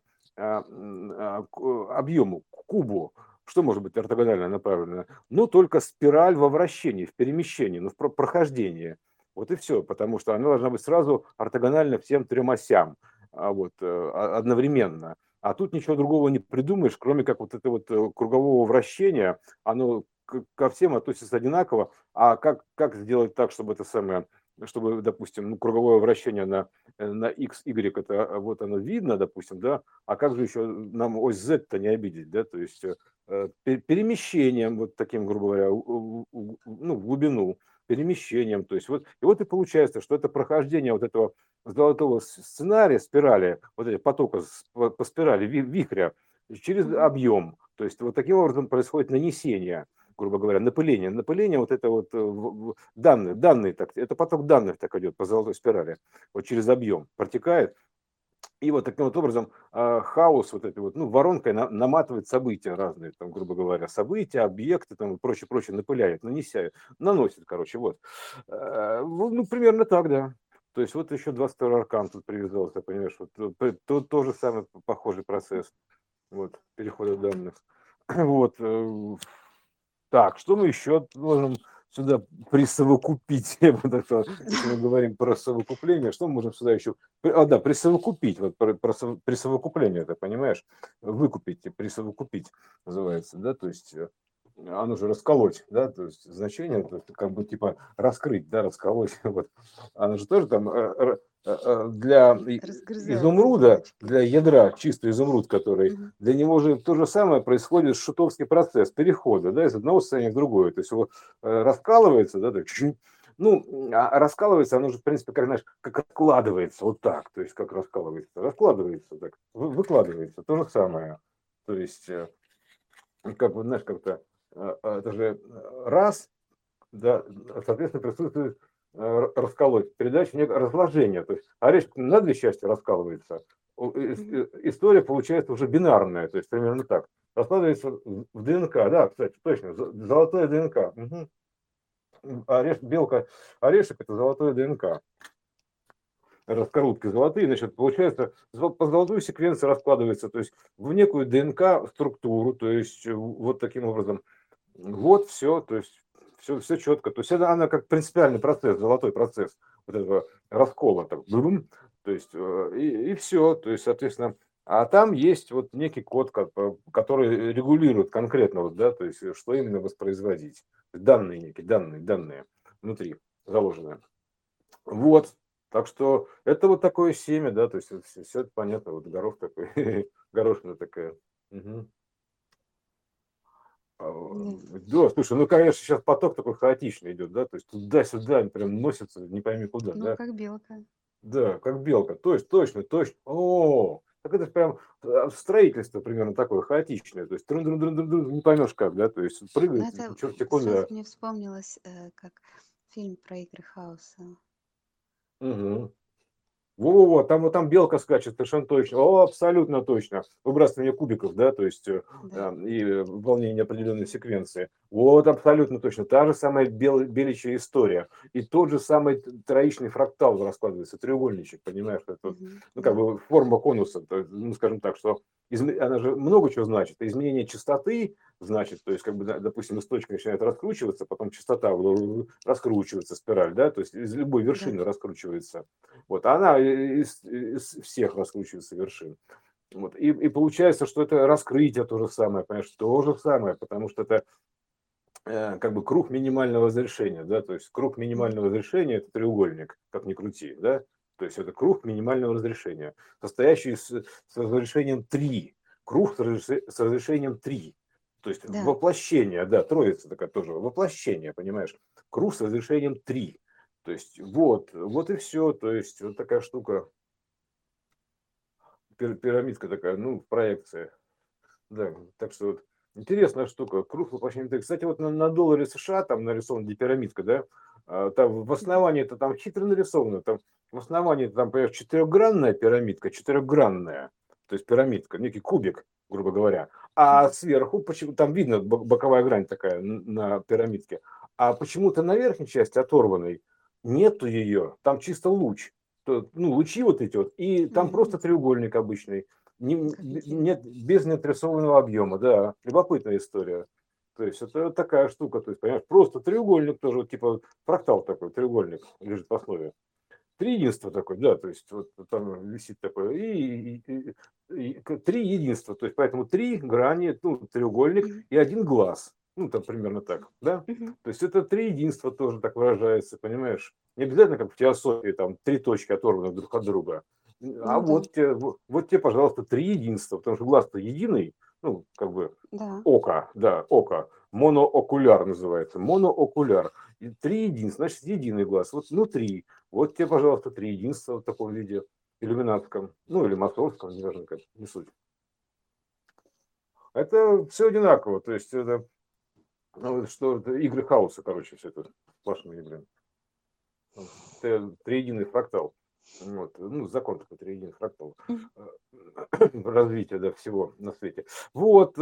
к объему, к кубу? Что может быть ортогонально направлено? Ну, только спираль во вращении, в перемещении, ну, в прохождении. Вот и все, потому что она должна быть сразу ортогональна всем трем осям одновременно. А тут ничего другого не придумаешь, кроме как вот это вот кругового вращения. Оно ко всем относится одинаково. А как сделать так, чтобы это самое, чтобы, допустим, ну, круговое вращение на x, y, это вот оно видно, допустим, да, а как же еще нам ось z-то не обидеть, да, то есть перемещением вот таким, грубо говоря, ну, в глубину, перемещением, то есть вот, и вот и получается, что это прохождение вот этого золотого сценария, спирали, вот этих потока по спирали, вихря, через Мгм. объем, то есть вот таким образом происходит нанесение, грубо говоря, напыление вот это вот данные, так, это поток данных так идет по золотой спирали, вот через объем протекает, и вот таким вот образом хаос вот этой вот, ну, воронкой наматывает события разные, там, грубо говоря, события, объекты, там, и прочее, напыляет, наносит, короче, вот. Ну, примерно так, да. То есть вот еще 22 аркан тут привязался, понимаешь, вот тут тоже самый похожий процесс, вот, перехода данных. Вот. Так, что мы еще можем сюда присовокупить? Я бы так сказал, если мы говорим про совокупление, что мы можем сюда еще... да, присовокупить, вот про присовокупление, ты понимаешь? Выкупить, присовокупить называется, да, то есть оно же расколоть, да, то есть значение, то есть, как бы типа раскрыть, да, расколоть, вот. Оно же тоже там для Разгрызается изумруда, булочкой. для ядра, чистый изумруд, который Мгм. для него же то же самое происходит шутовский процесс перехода, да, из одного состояния в другое. То есть его раскалывается, да, так, ну, а раскалывается, оно же, в принципе, как, знаешь, как раскладывается, вот так, то есть как раскладывается так, выкладывается, то же самое. То есть, как бы, знаешь, как-то, это же раз, да, соответственно, присутствует расколоть, передача разложения. То есть орешек на две части раскалывается. Мгм. История получается уже бинарная, то есть примерно так. Раскладывается в ДНК, да, кстати, точно, золотое ДНК. Угу. Белка, орешек это золотое ДНК. Раскорутки золотые, значит, получается, по золотой секвенции раскладывается, то есть в некую ДНК структуру, то есть вот таким образом. Вот все, то есть все четко. То есть это она как принципиальный процесс, золотой процесс вот этого раскола. Так, то есть и все. То есть, соответственно, а там есть вот некий код, который регулирует конкретно, вот, да, то есть что именно воспроизводить. Данные некие, данные внутри заложенные. Вот. Так что это вот такое семя, да, то есть все это понятно, вот горох такой, горошина такая. Мгм. Да. Да, слушай, ну, конечно, сейчас поток такой хаотичный идет, да, то есть туда-сюда прям носится, не пойми куда, Ну, да, как белка. да, как белка, то есть точно, о, так это прям строительство примерно такое хаотичное, то есть не поймешь как, да, то есть Но прыгает это черти сразу куда. мне вспомнилось, как фильм про игры хаоса. Угу. Во-во-во, там вот там белка скачет, совершенно точно. О, абсолютно точно. Выбрасывание кубиков, да, то есть Да. и выполнение определенной секвенции. Вот абсолютно точно. Та же самая беличья история. И тот же самый троичный фрактал раскладывается, треугольничек, понимаешь? Это, Мгм. ну, как Да. бы форма конуса, ну, скажем так, что она же много чего значит. Изменение частоты значит, то есть, как бы, допустим, источник начинает раскручиваться, потом частота раскручивается, спираль, да, то есть из любой Да. вершины раскручивается. Вот, а она из всех раскручивается вершин. Вот. И получается, что это раскрытие то же самое, понимаешь, то же самое, потому что это как бы круг минимального разрешения, да, то есть круг Мгм. минимального разрешения это треугольник, как ни крути, да, то есть это круг минимального разрешения, состоящий с разрешением 3, круг с разрешением 3, то есть Да. воплощение, да, троица такая тоже, воплощение, понимаешь, круг с разрешением 3, то есть вот и все, то есть вот такая штука, пирамидка такая, ну, в проекции. Да, так что вот интересная штука. Круг воплощения 3. Кстати, вот на долларе США там нарисована пирамидка, да? Там в Мгм. основании это там хитро нарисовано. Там в основании там, понимаешь, четырехгранная пирамидка, четырехгранная. То есть пирамидка, некий кубик, грубо говоря. А Мгм. сверху почему там видно боковая грань такая на пирамидке. а почему-то на верхней части оторванной нету ее, там чисто луч, ну, лучи вот эти вот, и там просто треугольник обычный, нет, без неотрисованного объема, да, любопытная история. То есть это такая штука, то есть, понимаешь, просто треугольник тоже, вот, типа фрактал такой, треугольник лежит в основе. Три единства такой, да, то есть вот там висит такое, три единства, то есть поэтому три грани, ну, треугольник и один глаз, ну, там примерно так, да, то есть это три единства тоже так выражается, понимаешь, не обязательно, как в теософии, там, три точки оторваны друг от друга, а Ну да, вот тебе, пожалуйста, три единства, потому что глаз-то единый, ну, как бы да. око, да, око, моноокуляр называется, моноокуляр, и три единства, значит, единый глаз, вот внутри. Вот тебе, пожалуйста, три единства в таком виде, иллюминатском, ну или масонском, не важно, как, не суть. Это все одинаково, то есть это, ну, что это игры хаоса, короче, все это сплошные, блин. Триединый фрактал. Вот, ну, закон такой триединый фрактал. Развития, да, всего на свете. Вот,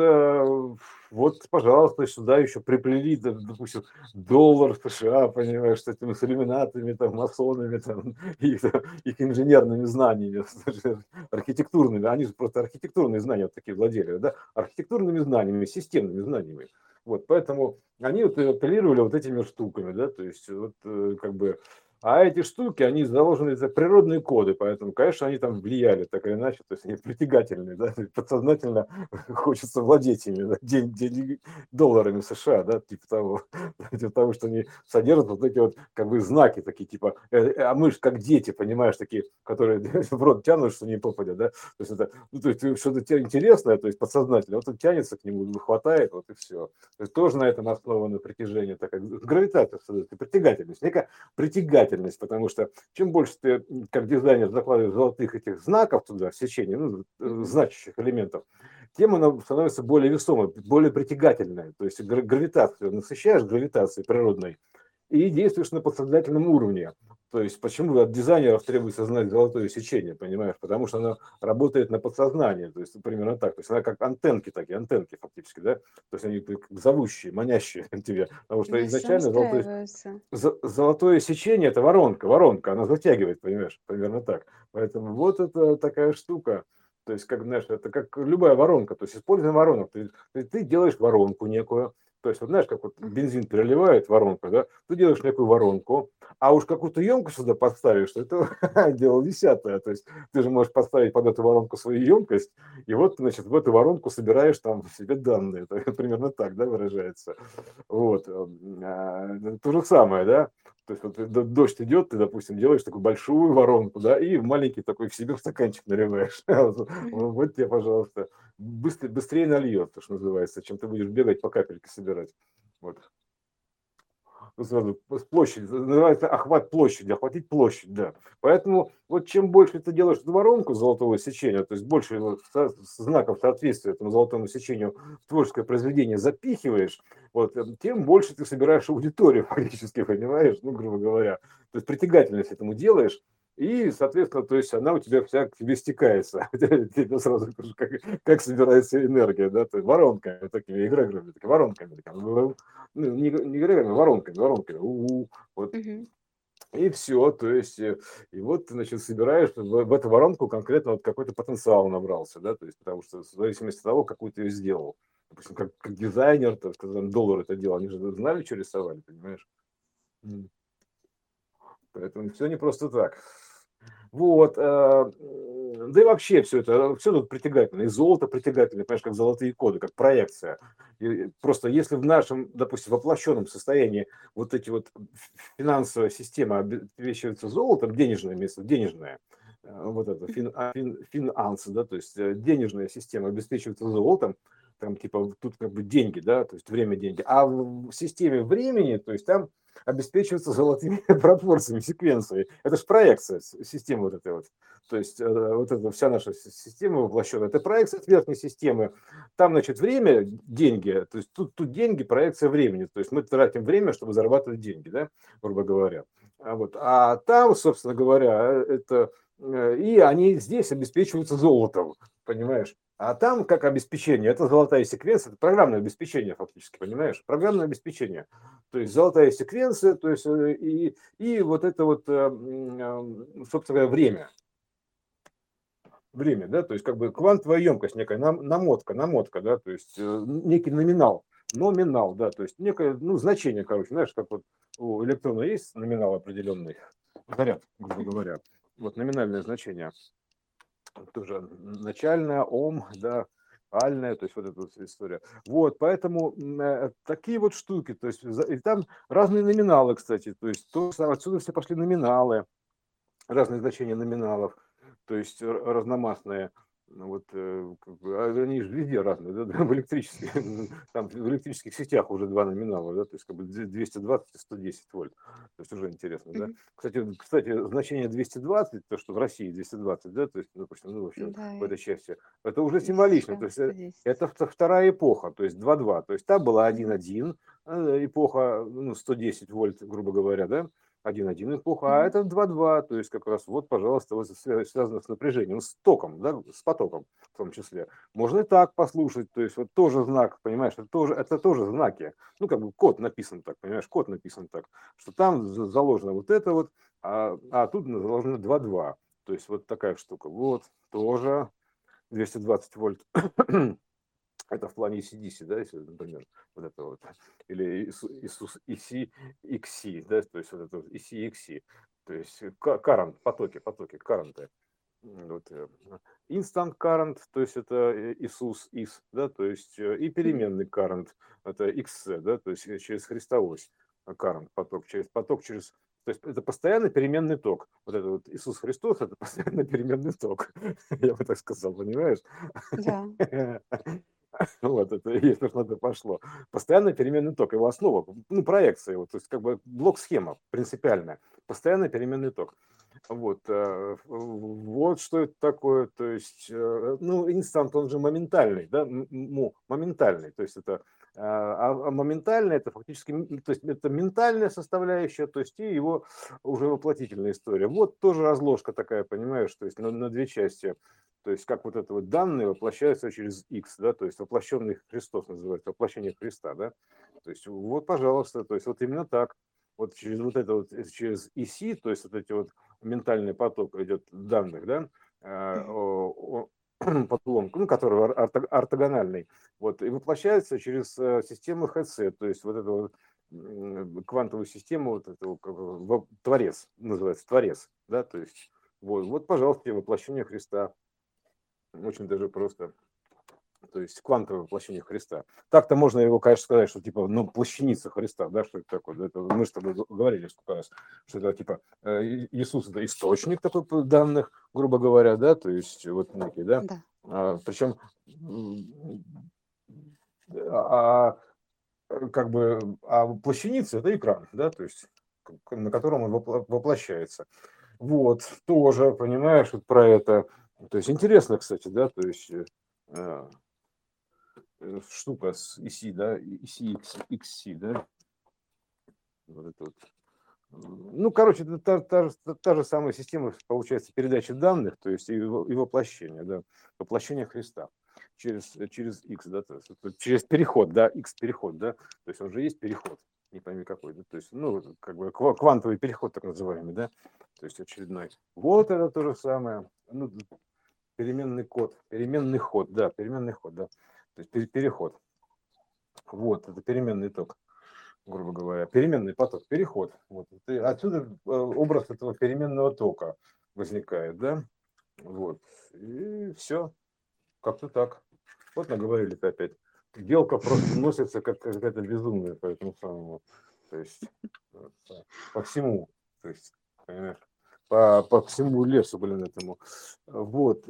вот, пожалуйста, сюда еще приплели, допустим, доллар США, понимаешь, с этими с иллюминатами, там, масонами, там, их инженерными знаниями, архитектурными, они же просто архитектурные знания вот такие владели, да, архитектурными знаниями, системными знаниями. Вот, поэтому они вот апеллировали вот этими штуками, да, то есть вот как бы, а эти штуки, они заложены за природные коды, поэтому, конечно, они там влияли так или иначе, то есть они притягательные, да, подсознательно хочется владеть ими, да, долларами США, да, типа того, что они содержат вот эти вот как бы знаки такие, типа, а мы же как дети, понимаешь, такие, которые в рот тянут, что не попадет, да, то есть это, ну, то есть что-то тебе интересное, то есть подсознательно, вот он тянется к нему, хватает, вот и все. То есть тоже на этом основано притяжение, такая гравитация, притягательность, некая притягательность, потому что чем больше ты, как дизайнер, закладываешь золотых этих знаков туда, в сечение, ну, значащих элементов, тем она становится более весомой, более притягательной. То есть гравитацию насыщаешь гравитацией природной и действуешь на подсознательном уровне. То есть почему от дизайнеров требуется знать золотое сечение, понимаешь? Потому что оно работает на подсознание, то есть примерно так. То есть она как антенки такие, антенки фактически, да? То есть они зовущие, манящие тебе. Потому что Они все изначально настраиваются. золотое сечение – это воронка, она затягивает, понимаешь, примерно так. Поэтому вот это такая штука. То есть, как, знаешь, это как любая воронка. То есть, используя воронок, ты делаешь воронку некую. То есть, вот знаешь, как вот бензин переливает воронку, да, ты делаешь некую воронку, а уж какую-то емкость сюда подставишь, что это дело десятое. То есть, ты же можешь подставить под эту воронку свою емкость, и вот, значит, в эту воронку собираешь там себе данные. Это примерно так, да, выражается. Вот. То же самое, да. То есть вот дождь идет, ты, допустим, делаешь такую большую воронку, да, и маленький такой к себе в стаканчик наливаешь. Вот тебе, пожалуйста, быстрее нальет, то, что называется, чем ты будешь бегать по капельке собирать. Вот. Сразу с площади, называется охват площади, охватить площадь, да. Поэтому вот чем больше ты делаешь эту воронку золотого сечения, то есть больше знаков соответствия этому золотому сечению в творческое произведение запихиваешь, вот, тем больше ты собираешь аудиторию фактически, понимаешь, ну, грубо говоря. То есть притягательность этому делаешь, и, соответственно, то есть она у тебя вся к тебе стекается. Тебе сразу как собирается энергия, да, то есть воронками, такими эгрегорами, воронками, ну, не эгрегорами, воронками. Вот. И все, то есть, и вот ты, значит, собираешь в эту воронку конкретно вот какой-то потенциал набрался, да, то есть, потому что в зависимости от того, какую ты ее сделал. Допустим, как дизайнер, то, когда доллар это делал, они же знали, что рисовали, понимаешь? Поэтому все не просто так. Вот. Да и вообще все это, все тут притягательно. И золото притягательно, понимаешь, как золотые коды, как проекция. И просто если в нашем, допустим, воплощенном состоянии вот эти вот финансовая система обеспечивается золотом, денежное место, денежное, вот это, финансы, да, то есть денежная система обеспечивается золотом, там типа тут как бы деньги, да, то есть время деньги. А в системе времени, то есть там обеспечивается золотыми пропорциями, секвенцией. Это же проекция системы вот этой вот. То есть вот эта вся наша система воплощенная, это проекция от верхней системы. Там, значит, время, деньги, то есть тут деньги, проекция времени. То есть мы тратим время, чтобы зарабатывать деньги, да, грубо говоря. А там, собственно говоря, это и они здесь обеспечиваются золотом. понимаешь? А там как обеспечение, это золотая секвенция, это программное обеспечение фактически, понимаешь? Программное обеспечение. То есть золотая секвенция, то есть и вот это вот, собственно говоря, время, да, то есть как бы квантовая емкость некая, намотка, да, то есть некий номинал, да, то есть некое, ну, значение, короче, знаешь, как вот у электрона есть номинал определенный, заряд, грубо говоря, вот номинальное значение, тоже начальная, да, альная, то есть вот эта вот история. Вот, поэтому такие вот штуки, то есть и там разные номиналы, кстати, то есть отсюда все пошли номиналы, разные значения номиналов, то есть разномастные. Ну вот, как бы, они же везде разные, да, в электрических, там в электрических сетях уже два номинала, да, то есть как бы 220 и 110 вольт, то есть уже интересно, да. Мгм. Кстати, значение 220, то, что в России 220, да, то есть, допустим, ну, в общем, Да, в этой части, это уже и символично, то США есть 110. это вторая эпоха, то есть 2,2, то есть там была 1,1, эпоха, ну, 110 вольт, грубо говоря, да, 1,1 эпоха, а Мгм. это 2,2, то есть как раз вот, пожалуйста, вот связано с напряжением, с током, да, с потоком в том числе. Можно и так послушать, то есть вот тоже знак, понимаешь, это тоже знаки. Ну, как бы код написан так, понимаешь, код написан так, что там заложено вот это вот, а тут заложено 2,2. То есть вот такая штука. Вот, тоже 220 вольт. Это в плане AC/DC, да, если, например, вот это вот, или Иисус EC, да, то есть вот это вот EC, то есть current, потоки, current. Вот, instant current, то есть это Иисус, да, то есть и Мгм. переменный current, это XC, да, то есть через Христовось current, через, то есть это постоянно переменный ток. Вот это вот Иисус Христос, это постоянно переменный ток, я бы так сказал, понимаешь? Да. Вот это, если уж на то пошло. Постоянно переменный ток, его основа, ну, проекция его, то есть как бы блок-схема принципиальная. Постоянно переменный ток. Вот, вот что это такое, то есть, ну, инстант, он же моментальный, да, моментальный, то есть это, а моментальный это фактически, то есть это ментальная составляющая, то есть и его уже воплотительная история. Вот тоже разложка такая, понимаешь, то есть на две части. То есть как вот это вот данные воплощаются через X, да, то есть воплощенный Христос называется, воплощение Христа, да. То есть вот, пожалуйста, то есть вот именно так. Вот через вот это вот, через EC, то есть вот эти вот ментальный поток идет данных, да, Мгм. подлом, ну, который ортогональный, вот, и воплощается через систему ХЦ, то есть вот эту вот квантовую систему, вот этого, творец, называется творец, да, то есть вот, пожалуйста, воплощение Христа. Очень даже просто. То есть квантовое воплощение Христа. Так-то можно его, конечно, сказать, что типа, ну, плащаница Христа, да, что это такое. Это мы с тобой говорили сколько раз, что это типа Иисус это источник такой данных, грубо говоря, да, то есть вот некий, да. Да. Причем а, как бы, плащаница это экран, да, то есть на котором он воплощается. Вот, тоже, понимаешь, вот про это. То есть интересно, кстати, да, то есть э, штука с EC, да, ECXC, да, вот это вот. Ну, короче, это та же самая система, получается, передачи данных, то есть и воплощения, да, воплощение Христа через X, да, то есть через переход, да, X-переход, да, то есть он же есть переход, не пойми какой, да, то есть, ну, как бы квантовый переход так называемый, да, то есть очередной. Вот это то же самое, ну, переменный ход, да, то есть переход. Вот, это переменный ток, грубо говоря, переменный поток, переход. Вот. И отсюда образ этого переменного тока возникает, да? Вот. И все, как-то так. Вот наговорили-то опять. Белка просто носится как какая-то безумная по этому самому. То есть по всему. То есть, понимаешь? По всему лесу, блин, этому. Вот.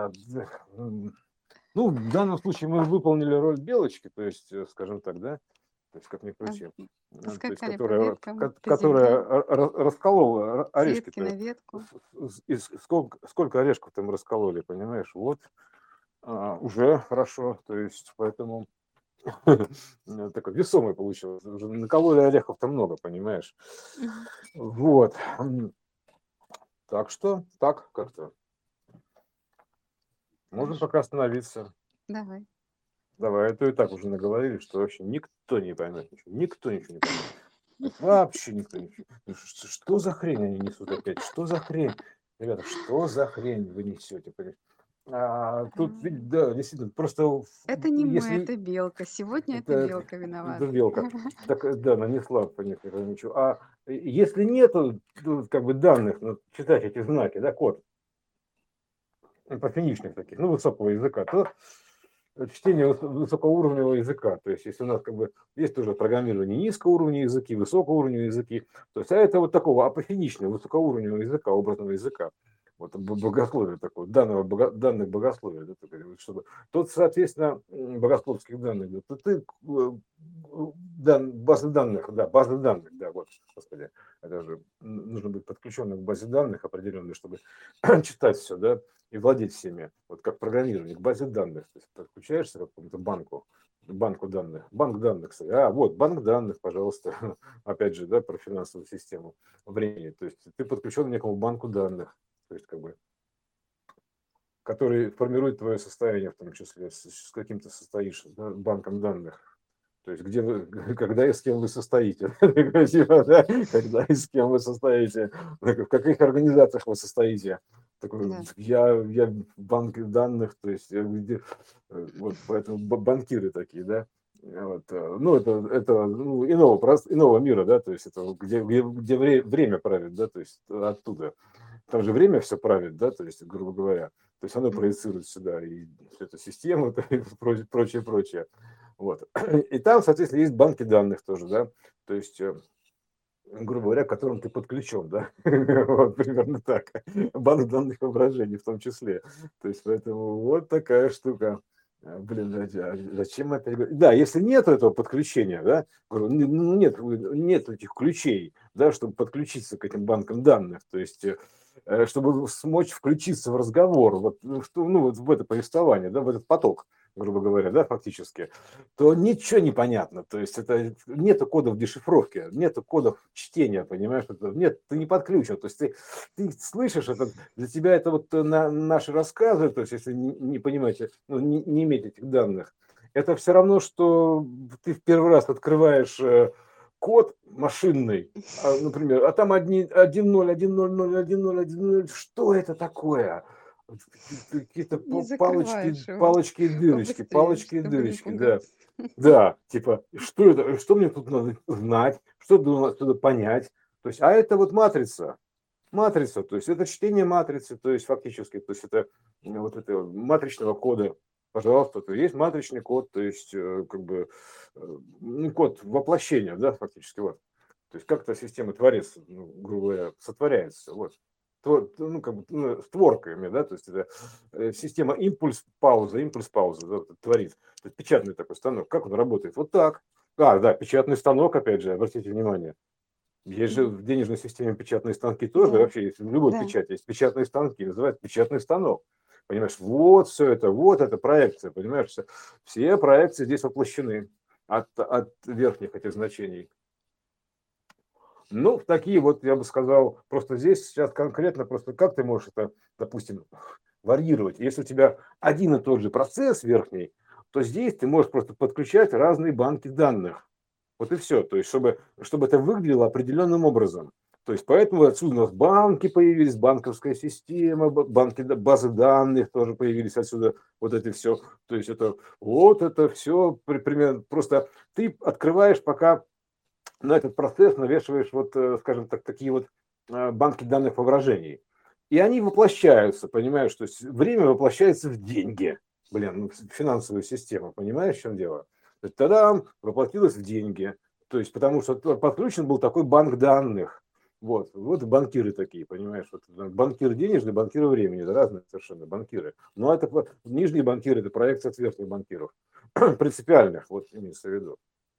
Ну, в данном случае мы выполнили роль белочки, то есть, скажем так, да, то есть, как ни А, крути, то есть, Поскакали по которая, веткам, по которая земле, расколола с ветки орешки-то, на ветку. и сколько орешков там раскололи, понимаешь, вот, уже хорошо, то есть, поэтому такой весомый получилось, уже накололи орехов-то много, понимаешь, Мгм. вот, так что, так как-то. Можно Хорошо. пока остановиться. Давай. Давай, это и так уже наговорили, что вообще никто не поймет ничего. Никто ничего не поймет. Вот вообще никто ничего. Ну, что за хрень они несут опять? Что за хрень? Ребята, что за хрень вы несете? Тут, А, да, действительно, просто Это не мы, если это белка. Сегодня это это, белка это виновата. белка, так да, нанесла по некоторому ничего. Если нету как бы данных, ну, читать эти знаки, да, код, по финишных таких, ну, высокого языка, то чтение высокоуровневого языка. То есть, если у нас как бы есть тоже программирование низкого уровня языки, высокого уровня языки, то есть, это вот такого апофеничного, высокоуровневого языка, образного языка, вот богословие такое, данных богословия, да, чтобы тот, соответственно, богословских данных, то ты базы данных, да, вот, господи, это же нужно быть подключенным к базе данных определенной, чтобы читать все, да, и владеть всеми, вот как программирование, к базе данных. То есть подключаешься к какому-то банку данных. Банк данных, кстати. Вот, банк данных, пожалуйста. Опять же, да, про финансовую систему времени. То есть ты подключен к некому банку данных, то есть как бы, который формирует твое состояние, в том числе, с каким-то состоишь, да, банком данных. То есть, где вы, когда и с кем вы состоите, красиво, да? Когда и с кем вы состоите, в каких организациях вы состоите. Такой, Да. я в банке данных, то есть, вот поэтому банкиры такие, да. Вот, ну, это ну, иного мира, да, то есть это где время правит, да, то есть оттуда. Там же время все правит, да, то есть, грубо говоря. То есть оно Мгм. проецирует сюда и всю эту систему, и прочее, прочее. Вот. И там, соответственно, есть банки данных тоже, да, то есть, грубо говоря, к которым ты подключен, да, вот примерно так. Банк данных воображений в том числе. То есть, поэтому вот такая штука. Блин, зачем это? Да, если нет этого подключения, да, говорю, ну, нет этих ключей, да, чтобы подключиться к этим банкам данных, то есть, чтобы смочь включиться в разговор, вот, ну, вот в это повествование, да, в этот поток, грубо говоря, да, фактически, то ничего не понятно. То есть это нету кодов дешифровки, нету кодов чтения, понимаешь? Нет, ты не подключен. То есть ты слышишь, это, для тебя это вот наши рассказы, то есть если не понимаете, ну, не иметь этих данных, это все равно, что ты в первый раз открываешь код машинный, например, а там 1-0, 1-0-0, 1-0, 1-0, что это такое? Какие-то Не палочки, закрываешь его. палочки и дырочки, Побыстрее, палочки и чтобы не дырочки, да. пугаться. Да, типа, что это, что мне тут надо знать, что надо понять. То есть, а это вот матрица, то есть это чтение матрицы, то есть фактически, то есть это вот это матричного кода, пожалуйста, то есть матричный код, то есть как бы ну, код воплощения, да, фактически вот. То есть как эта система творится, ну, грубо говоря, сотворяется, вот. Ну, как бы, ну, створками, да, то есть это система импульс-пауза, да, вот творит. То есть печатный такой станок, как он работает? Вот так. Да, печатный станок, опять же, обратите внимание. Есть же Мгм. в денежной системе печатные станки тоже, Да, вообще есть в любой да. печати есть печатные станки, называют печатный станок. Понимаешь, вот все это, вот эта проекция, понимаешь, все проекции здесь воплощены от верхних этих значений. Ну, такие вот, я бы сказал, просто здесь сейчас конкретно, просто как ты можешь это, допустим, варьировать. Если у тебя один и тот же процесс верхний, то здесь ты можешь просто подключать разные банки данных. Вот и все. То есть, чтобы это выглядело определенным образом. То есть, поэтому отсюда у нас банки появились, банковская система, банки, базы данных тоже появились отсюда, вот это все. То есть, это все примерно, просто ты открываешь пока на этот процесс, навешиваешь, вот, скажем так, такие вот банки данных воображений. И они воплощаются, понимаешь, то есть время воплощается в деньги. Блин, ну, финансовую систему, понимаешь, в чем дело? То есть тогда воплотилось в деньги. То есть потому что подключен был такой банк данных. Вот банкиры такие, понимаешь, вот банкир денежный, банкиры времени, это разные совершенно банкиры. Но это нижние банкиры, это проекция от верхних банкиров, принципиальных, вот имеется в виду.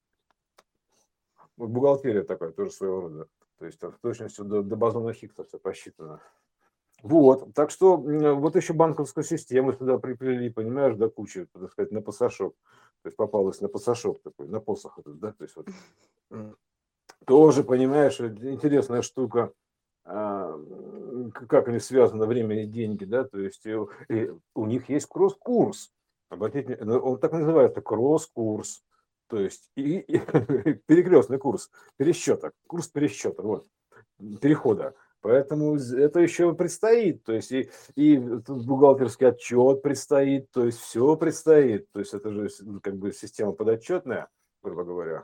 Вот бухгалтерия такая тоже своего рода. То есть там в точности до бозона Хиггса все посчитано. Вот, так что вот еще банковскую систему сюда приплели, понимаешь, до кучи, так сказать, на пасашок. То есть попалась на пасашок такой, на посох этот, да, то есть вот тоже, понимаешь, интересная штука. как они связаны, время и деньги, да, то есть и у них есть кросс-курс, обратите, он так называется, кросс-курс, то есть перекрестный курс пересчета, курс пересчета, вот, перехода. Поэтому это еще предстоит, то есть и тут бухгалтерский отчет предстоит, то есть все предстоит, то есть это же как бы система подотчетная, грубо говоря.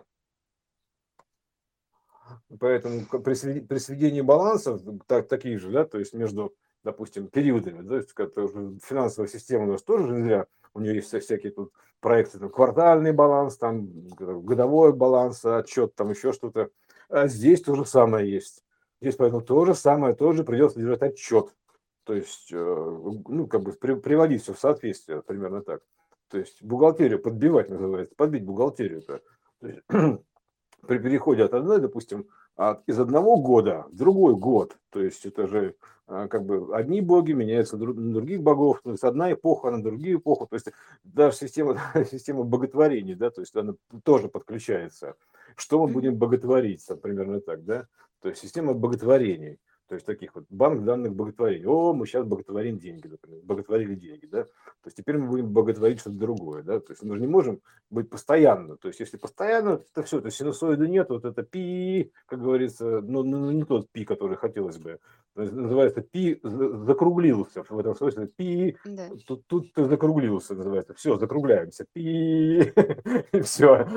Поэтому при сведении балансов таких же, да, то есть между, допустим, периодами, да, то есть финансовая система у нас тоже не зря, у нее есть всякие тут проекты, там, квартальный баланс, там, годовой баланс, отчет, там еще что-то. А здесь то же самое есть. Здесь поэтому то же самое тоже придется держать отчет. То есть, ну, как бы приводить все в соответствие, примерно так. То есть бухгалтерию подбивать называется, подбить бухгалтерию-то. То есть, при переходе от одной, допустим, из одного года в другой год, то есть это же как бы одни боги меняются на других богов, то есть одна эпоха на другую эпоху, то есть даже система, система боготворения, да, то есть она тоже подключается. Что мы будем боготворить, примерно так, да, то есть система боготворений. То есть таких вот банк данных боготворений. О, мы сейчас боготворим деньги, например, боготворили деньги, да. То есть теперь мы будем боготворить что-то другое, да. То есть мы же не можем быть постоянно. То есть если постоянно, то все, то синусоида нет, вот это пи, как говорится, ну, не тот пи, который хотелось бы. Называется пи закруглился, в этом смысле пи, Да. тут ты закруглился, называется. Все, закругляемся. Пи, все,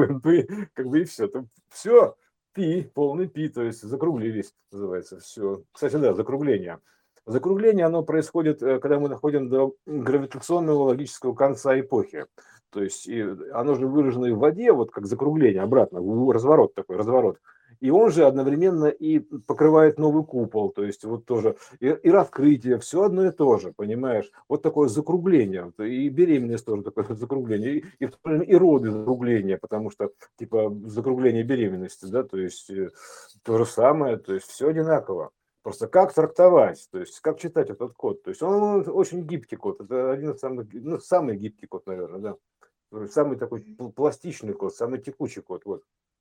как бы и все. Все, пи, полный пи, то есть закруглились, называется. Все. Кстати, да, закругление. Закругление, оно происходит, когда мы доходим до гравитационного логического конца эпохи. То есть оно же выражено и в воде, вот как закругление обратно, разворот такой, разворот. И он же одновременно и покрывает новый купол, то есть вот тоже и раскрытие, все одно и то же, понимаешь? Вот такое закругление, и беременность тоже такое закругление, и роды закругление, потому что типа закругление беременности, да, то есть то же самое, то есть все одинаково. Просто как трактовать, то есть как читать этот код. То есть он очень гибкий код, это один из самых, ну, самый гибкий код, наверное, да. Самый такой пластичный код, самый текучий код, вот.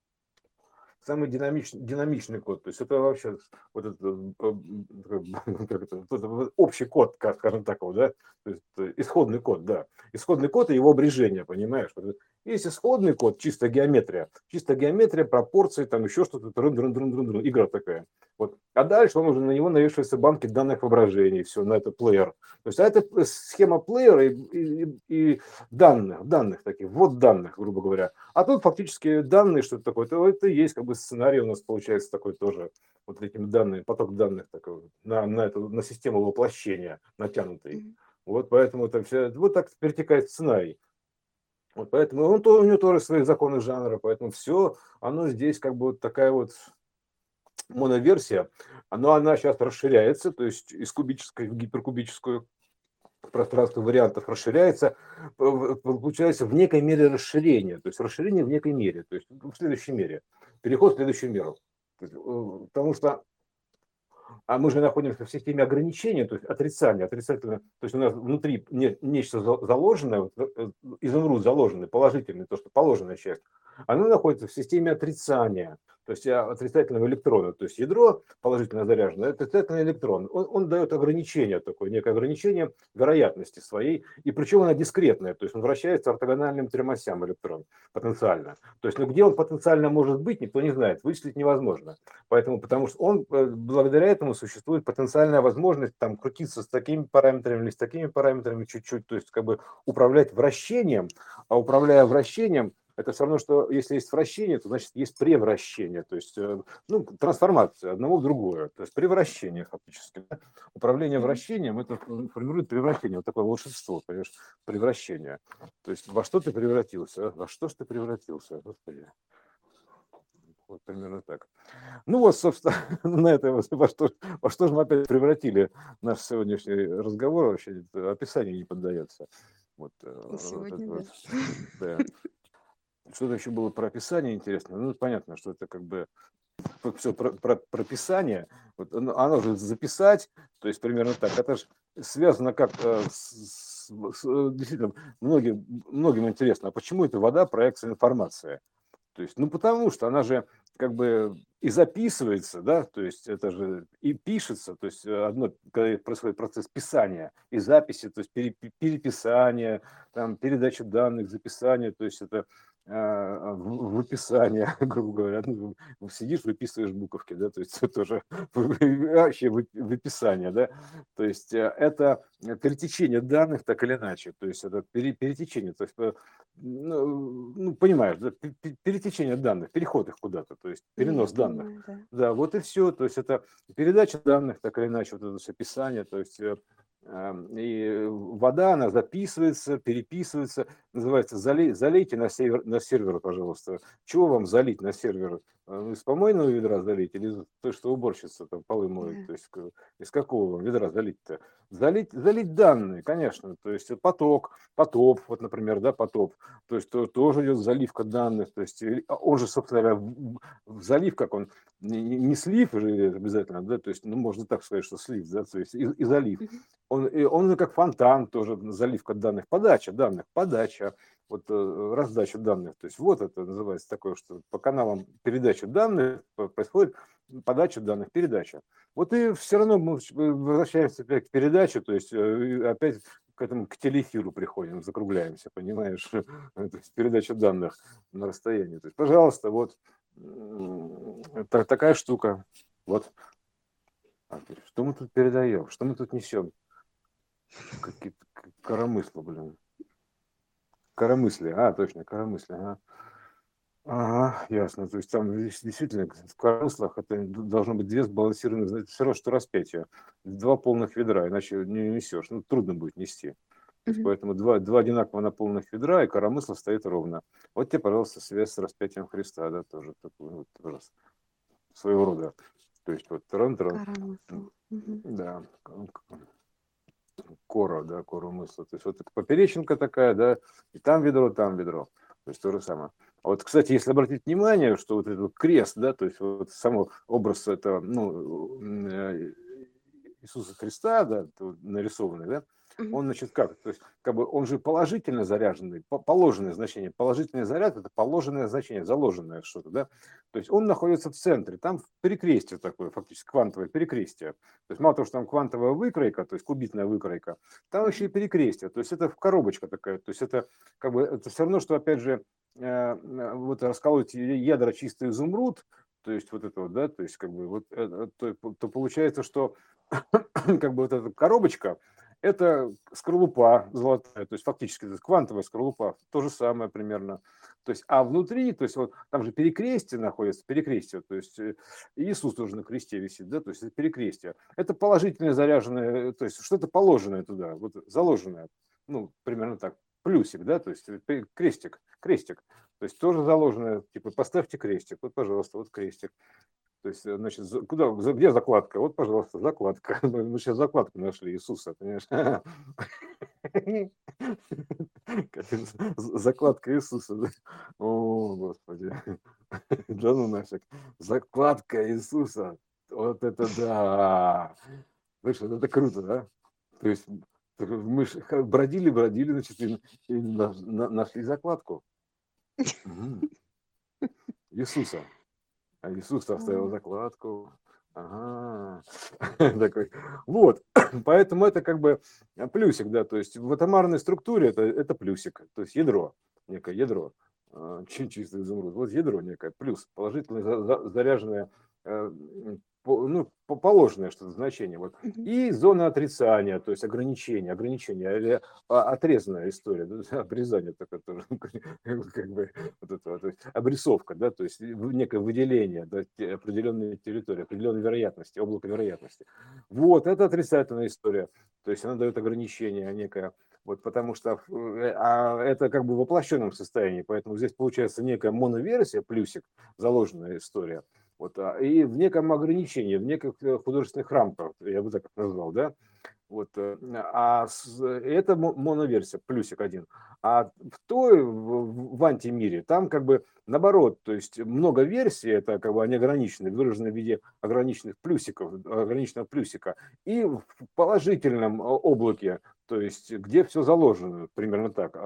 Самый динамичный код. То есть это вообще вот это, как это, общий код, скажем так, вот, да? То есть исходный код, да. Исходный код и его обрежение, понимаешь? Вот есть исходный код, чисто геометрия, пропорции, там еще что-то, игра такая. Вот. А дальше он уже на него навешивается банки данных воображений, все, на это плеер. То есть, а это схема плеера и данных таких, вот данных, грубо говоря. А тут фактически данные, что это такое, это и есть как бы сценарий у нас получается такой тоже, вот этими данными, поток данных такой, на систему воплощения натянутый. Вот поэтому это все, вот так перетекает сценарий. Вот поэтому у него тоже свои законы жанра, поэтому все, оно здесь как бы вот такая вот моноверсия, но она сейчас расширяется, то есть из кубической в гиперкубическую пространство вариантов расширяется, получается в некой мере расширение, то есть расширение в некой мере, то есть в следующей мере, переход в следующую меру. Потому что мы же находимся в системе ограничения, то есть отрицательно, то есть у нас внутри нечто заложенное, изумруд заложенный, положительный, то, что положенная часть, оно находится в системе отрицания, то есть отрицательного электрона. То есть ядро положительно заряженное, это отрицательный электрон. Он дает ограничение такое, некое ограничение вероятности своей, и причем она дискретная, то есть он вращается ортогональным тремосям электрон потенциально. То есть, ну, где он потенциально может быть, никто не знает, вычислить невозможно. Поэтому, потому что он, благодаря этому существует потенциальная возможность там крутиться с такими параметрами или с такими параметрами чуть-чуть, то есть как бы управлять вращением, а управляя вращением, это все равно, что если есть вращение, то значит есть превращение, то есть ну, трансформация одного в другое, то есть превращение фактически. Да? Управление вращением это формирует превращение, вот такое волшебство, понимаешь, превращение. То есть во что ты превратился, во что ж ты превратился, Господи. Вот примерно так. Ну вот, собственно, на это во что же мы опять превратили наш сегодняшний разговор, вообще описанию не поддается. Вот, Сегодня, вот, да. да. Что-то еще было про описание интересно. Ну, понятно, что это как бы все про прописание. Вот, оно же записать, то есть примерно так. Это же связано как действительно многим интересно, а почему это вода проекция информации? То есть, ну, потому что она же как бы и записывается, да, то есть это же и пишется, то есть одно, когда происходит процесс писания и записи, то есть переписание, там, передача данных, записание, то есть это выписание, грубо говоря, ну, сидишь, выписываешь буковки, да, то есть это тоже вообще выписание, да, то есть это перетечение данных так или иначе, то есть это перетечение, то есть ну, понимаешь, да, перетечение данных, переход их куда-то, то есть Я перенос данных. понимаю, да. Да, вот и все. То есть это передача данных, так или иначе, вот это все писание, то есть и вода, она записывается, переписывается, называется залейте на сервер, пожалуйста. Чего вам залить на сервер? Из помойного ведра залить или из той, что уборщица там полы моет? Да. То есть из какого вам ведра залить-то? Залить данные, конечно, то есть потоп, вот, например, да, потоп, то есть тоже идет заливка данных, то есть он же, собственно говоря, в залив, как он, не слив же обязательно, да, то есть, ну, можно так сказать, что слив, да, то есть и залив. Мгм. Он же как фонтан тоже, заливка данных, подача данных, вот раздача данных, то есть вот это называется такое, что по каналам передачи данных происходит подача данных, передача. Вот и все равно мы возвращаемся опять к передаче, то есть опять к этому, к телеэфиру приходим, закругляемся, понимаешь, то есть передача данных на расстоянии. То есть, пожалуйста, вот такая штука. Вот. Что мы тут передаем? Что мы тут несем? Какие-то коромысла, блин. Коромыслие. Точно, коромыслие. Ага, ясно. То есть там действительно в коромыслах это должно быть две сбалансированные, это все равно, что распятие. Два полных ведра, иначе не несешь. Ну, трудно будет нести. То есть Мгм. поэтому два одинаково наполненных ведра, и коромысло стоит ровно. Вот тебе, пожалуйста, связь с распятием Христа, да, тоже такой, вот, пожалуйста, своего рода. То есть вот трон, Коромысл. Мгм. да, кора, да, кору мысла. То есть вот поперечинка такая, да, и там ведро. То есть то же самое. А вот, кстати, если обратить внимание, что вот этот крест, да, то есть вот самый образ это, ну, Иисуса Христа, да, нарисованный, да, Мгм. он, значит, как? То есть, как бы он же положительно заряженный, положенное значение. Положительный заряд – это положенное значение, заложенное что-то, да. То есть он находится в центре, там перекрестие такое, фактически квантовое перекрестие. То есть мало того, что там квантовая выкройка, то есть кубитная выкройка, там еще и Мгм. перекрестие. То есть это коробочка такая. То есть это как бы это все равно, что опять же вот расколоть ядра чистый изумруд, то есть вот это вот, да, то есть как бы вот то получается, что как бы вот эта коробочка, это скорлупа золотая, то есть фактически это квантовая скорлупа, то же самое примерно. То есть, а внутри, то есть вот там же перекрестие находится, перекрестие, то есть Иисус тоже на кресте висит, да, то есть это перекрестие. Это положительное заряженное, то есть что-то положенное туда, вот заложенное, ну, примерно так, плюсик, да, то есть крестик, то есть тоже заложенное, типа поставьте крестик, вот, пожалуйста, вот крестик. То есть, значит, где закладка? Вот, пожалуйста, закладка. Мы сейчас закладку нашли Иисуса, понимаешь? Закладка Иисуса. О, Господи. Да ну нафиг. Закладка Иисуса. Вот это да. Слышь, вот это круто, да? То есть мы бродили, значит, и нашли закладку. Мгм. Иисуса. А Иисус оставил О. закладку. Ага. Такой. Вот. Поэтому это как бы плюсик, да. То есть в атомарной структуре это плюсик. То есть ядро, некое ядро. Чистый изумруд. Вот ядро некое, плюс. Положительно заряженное, ну, положенное что-то значение. Вот. Мгм. И зона отрицания, то есть ограничение, или отрезанная история, да, обрезание такое тоже, как бы вот это вот, то есть обрисовка, да, то есть некое выделение, да, определенной территории, определенной вероятности, облако вероятности. Вот, это отрицательная история, то есть она дает ограничение некое, вот, потому что это как бы в воплощенном состоянии, поэтому здесь получается некая моноверсия, плюсик, заложенная история, вот, и в неком ограничении, в неких художественных рамках, я бы так назвал, да, вот, это моноверсия, плюсик один. А в той, в антимире, там как бы наоборот, то есть много версий, это как бы они ограничены, выражены в виде ограниченных плюсиков, ограниченного плюсика. И в положительном облаке, то есть где все заложено, примерно так. То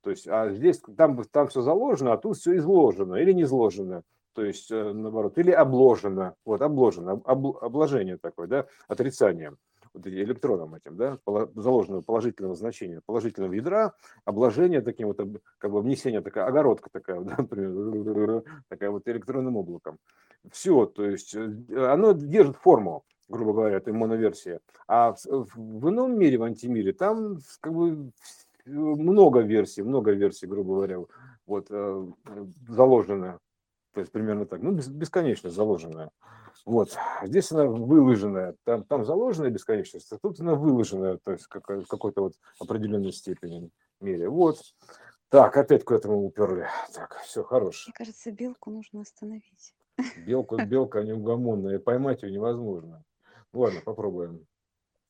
То есть, а здесь там все заложено, а тут все изложено или не изложено. То есть, наоборот, или обложено. Вот, обложено, обложение такое, да, отрицание вот электроном этим, да, заложенного положительного значения, положительного ядра, обложение таким вот, как бы внесение, такая огородка такая, да, например, такая вот электронным облаком. Все, то есть оно держит форму, грубо говоря, это моноверсия. А в ином мире, в антимире, там как бы много версий, грубо говоря, вот заложено. То есть примерно так. Ну, бесконечно заложенная. Вот. Здесь она выложенная. Там заложенная бесконечность, а тут она выложенная, то есть в какой-то вот определенной степени мере. Вот. Так, опять к этому уперли. Так, все, хорош. Мне кажется, белку нужно остановить. Белка неугомонная. Поймать ее невозможно. Ладно, попробуем.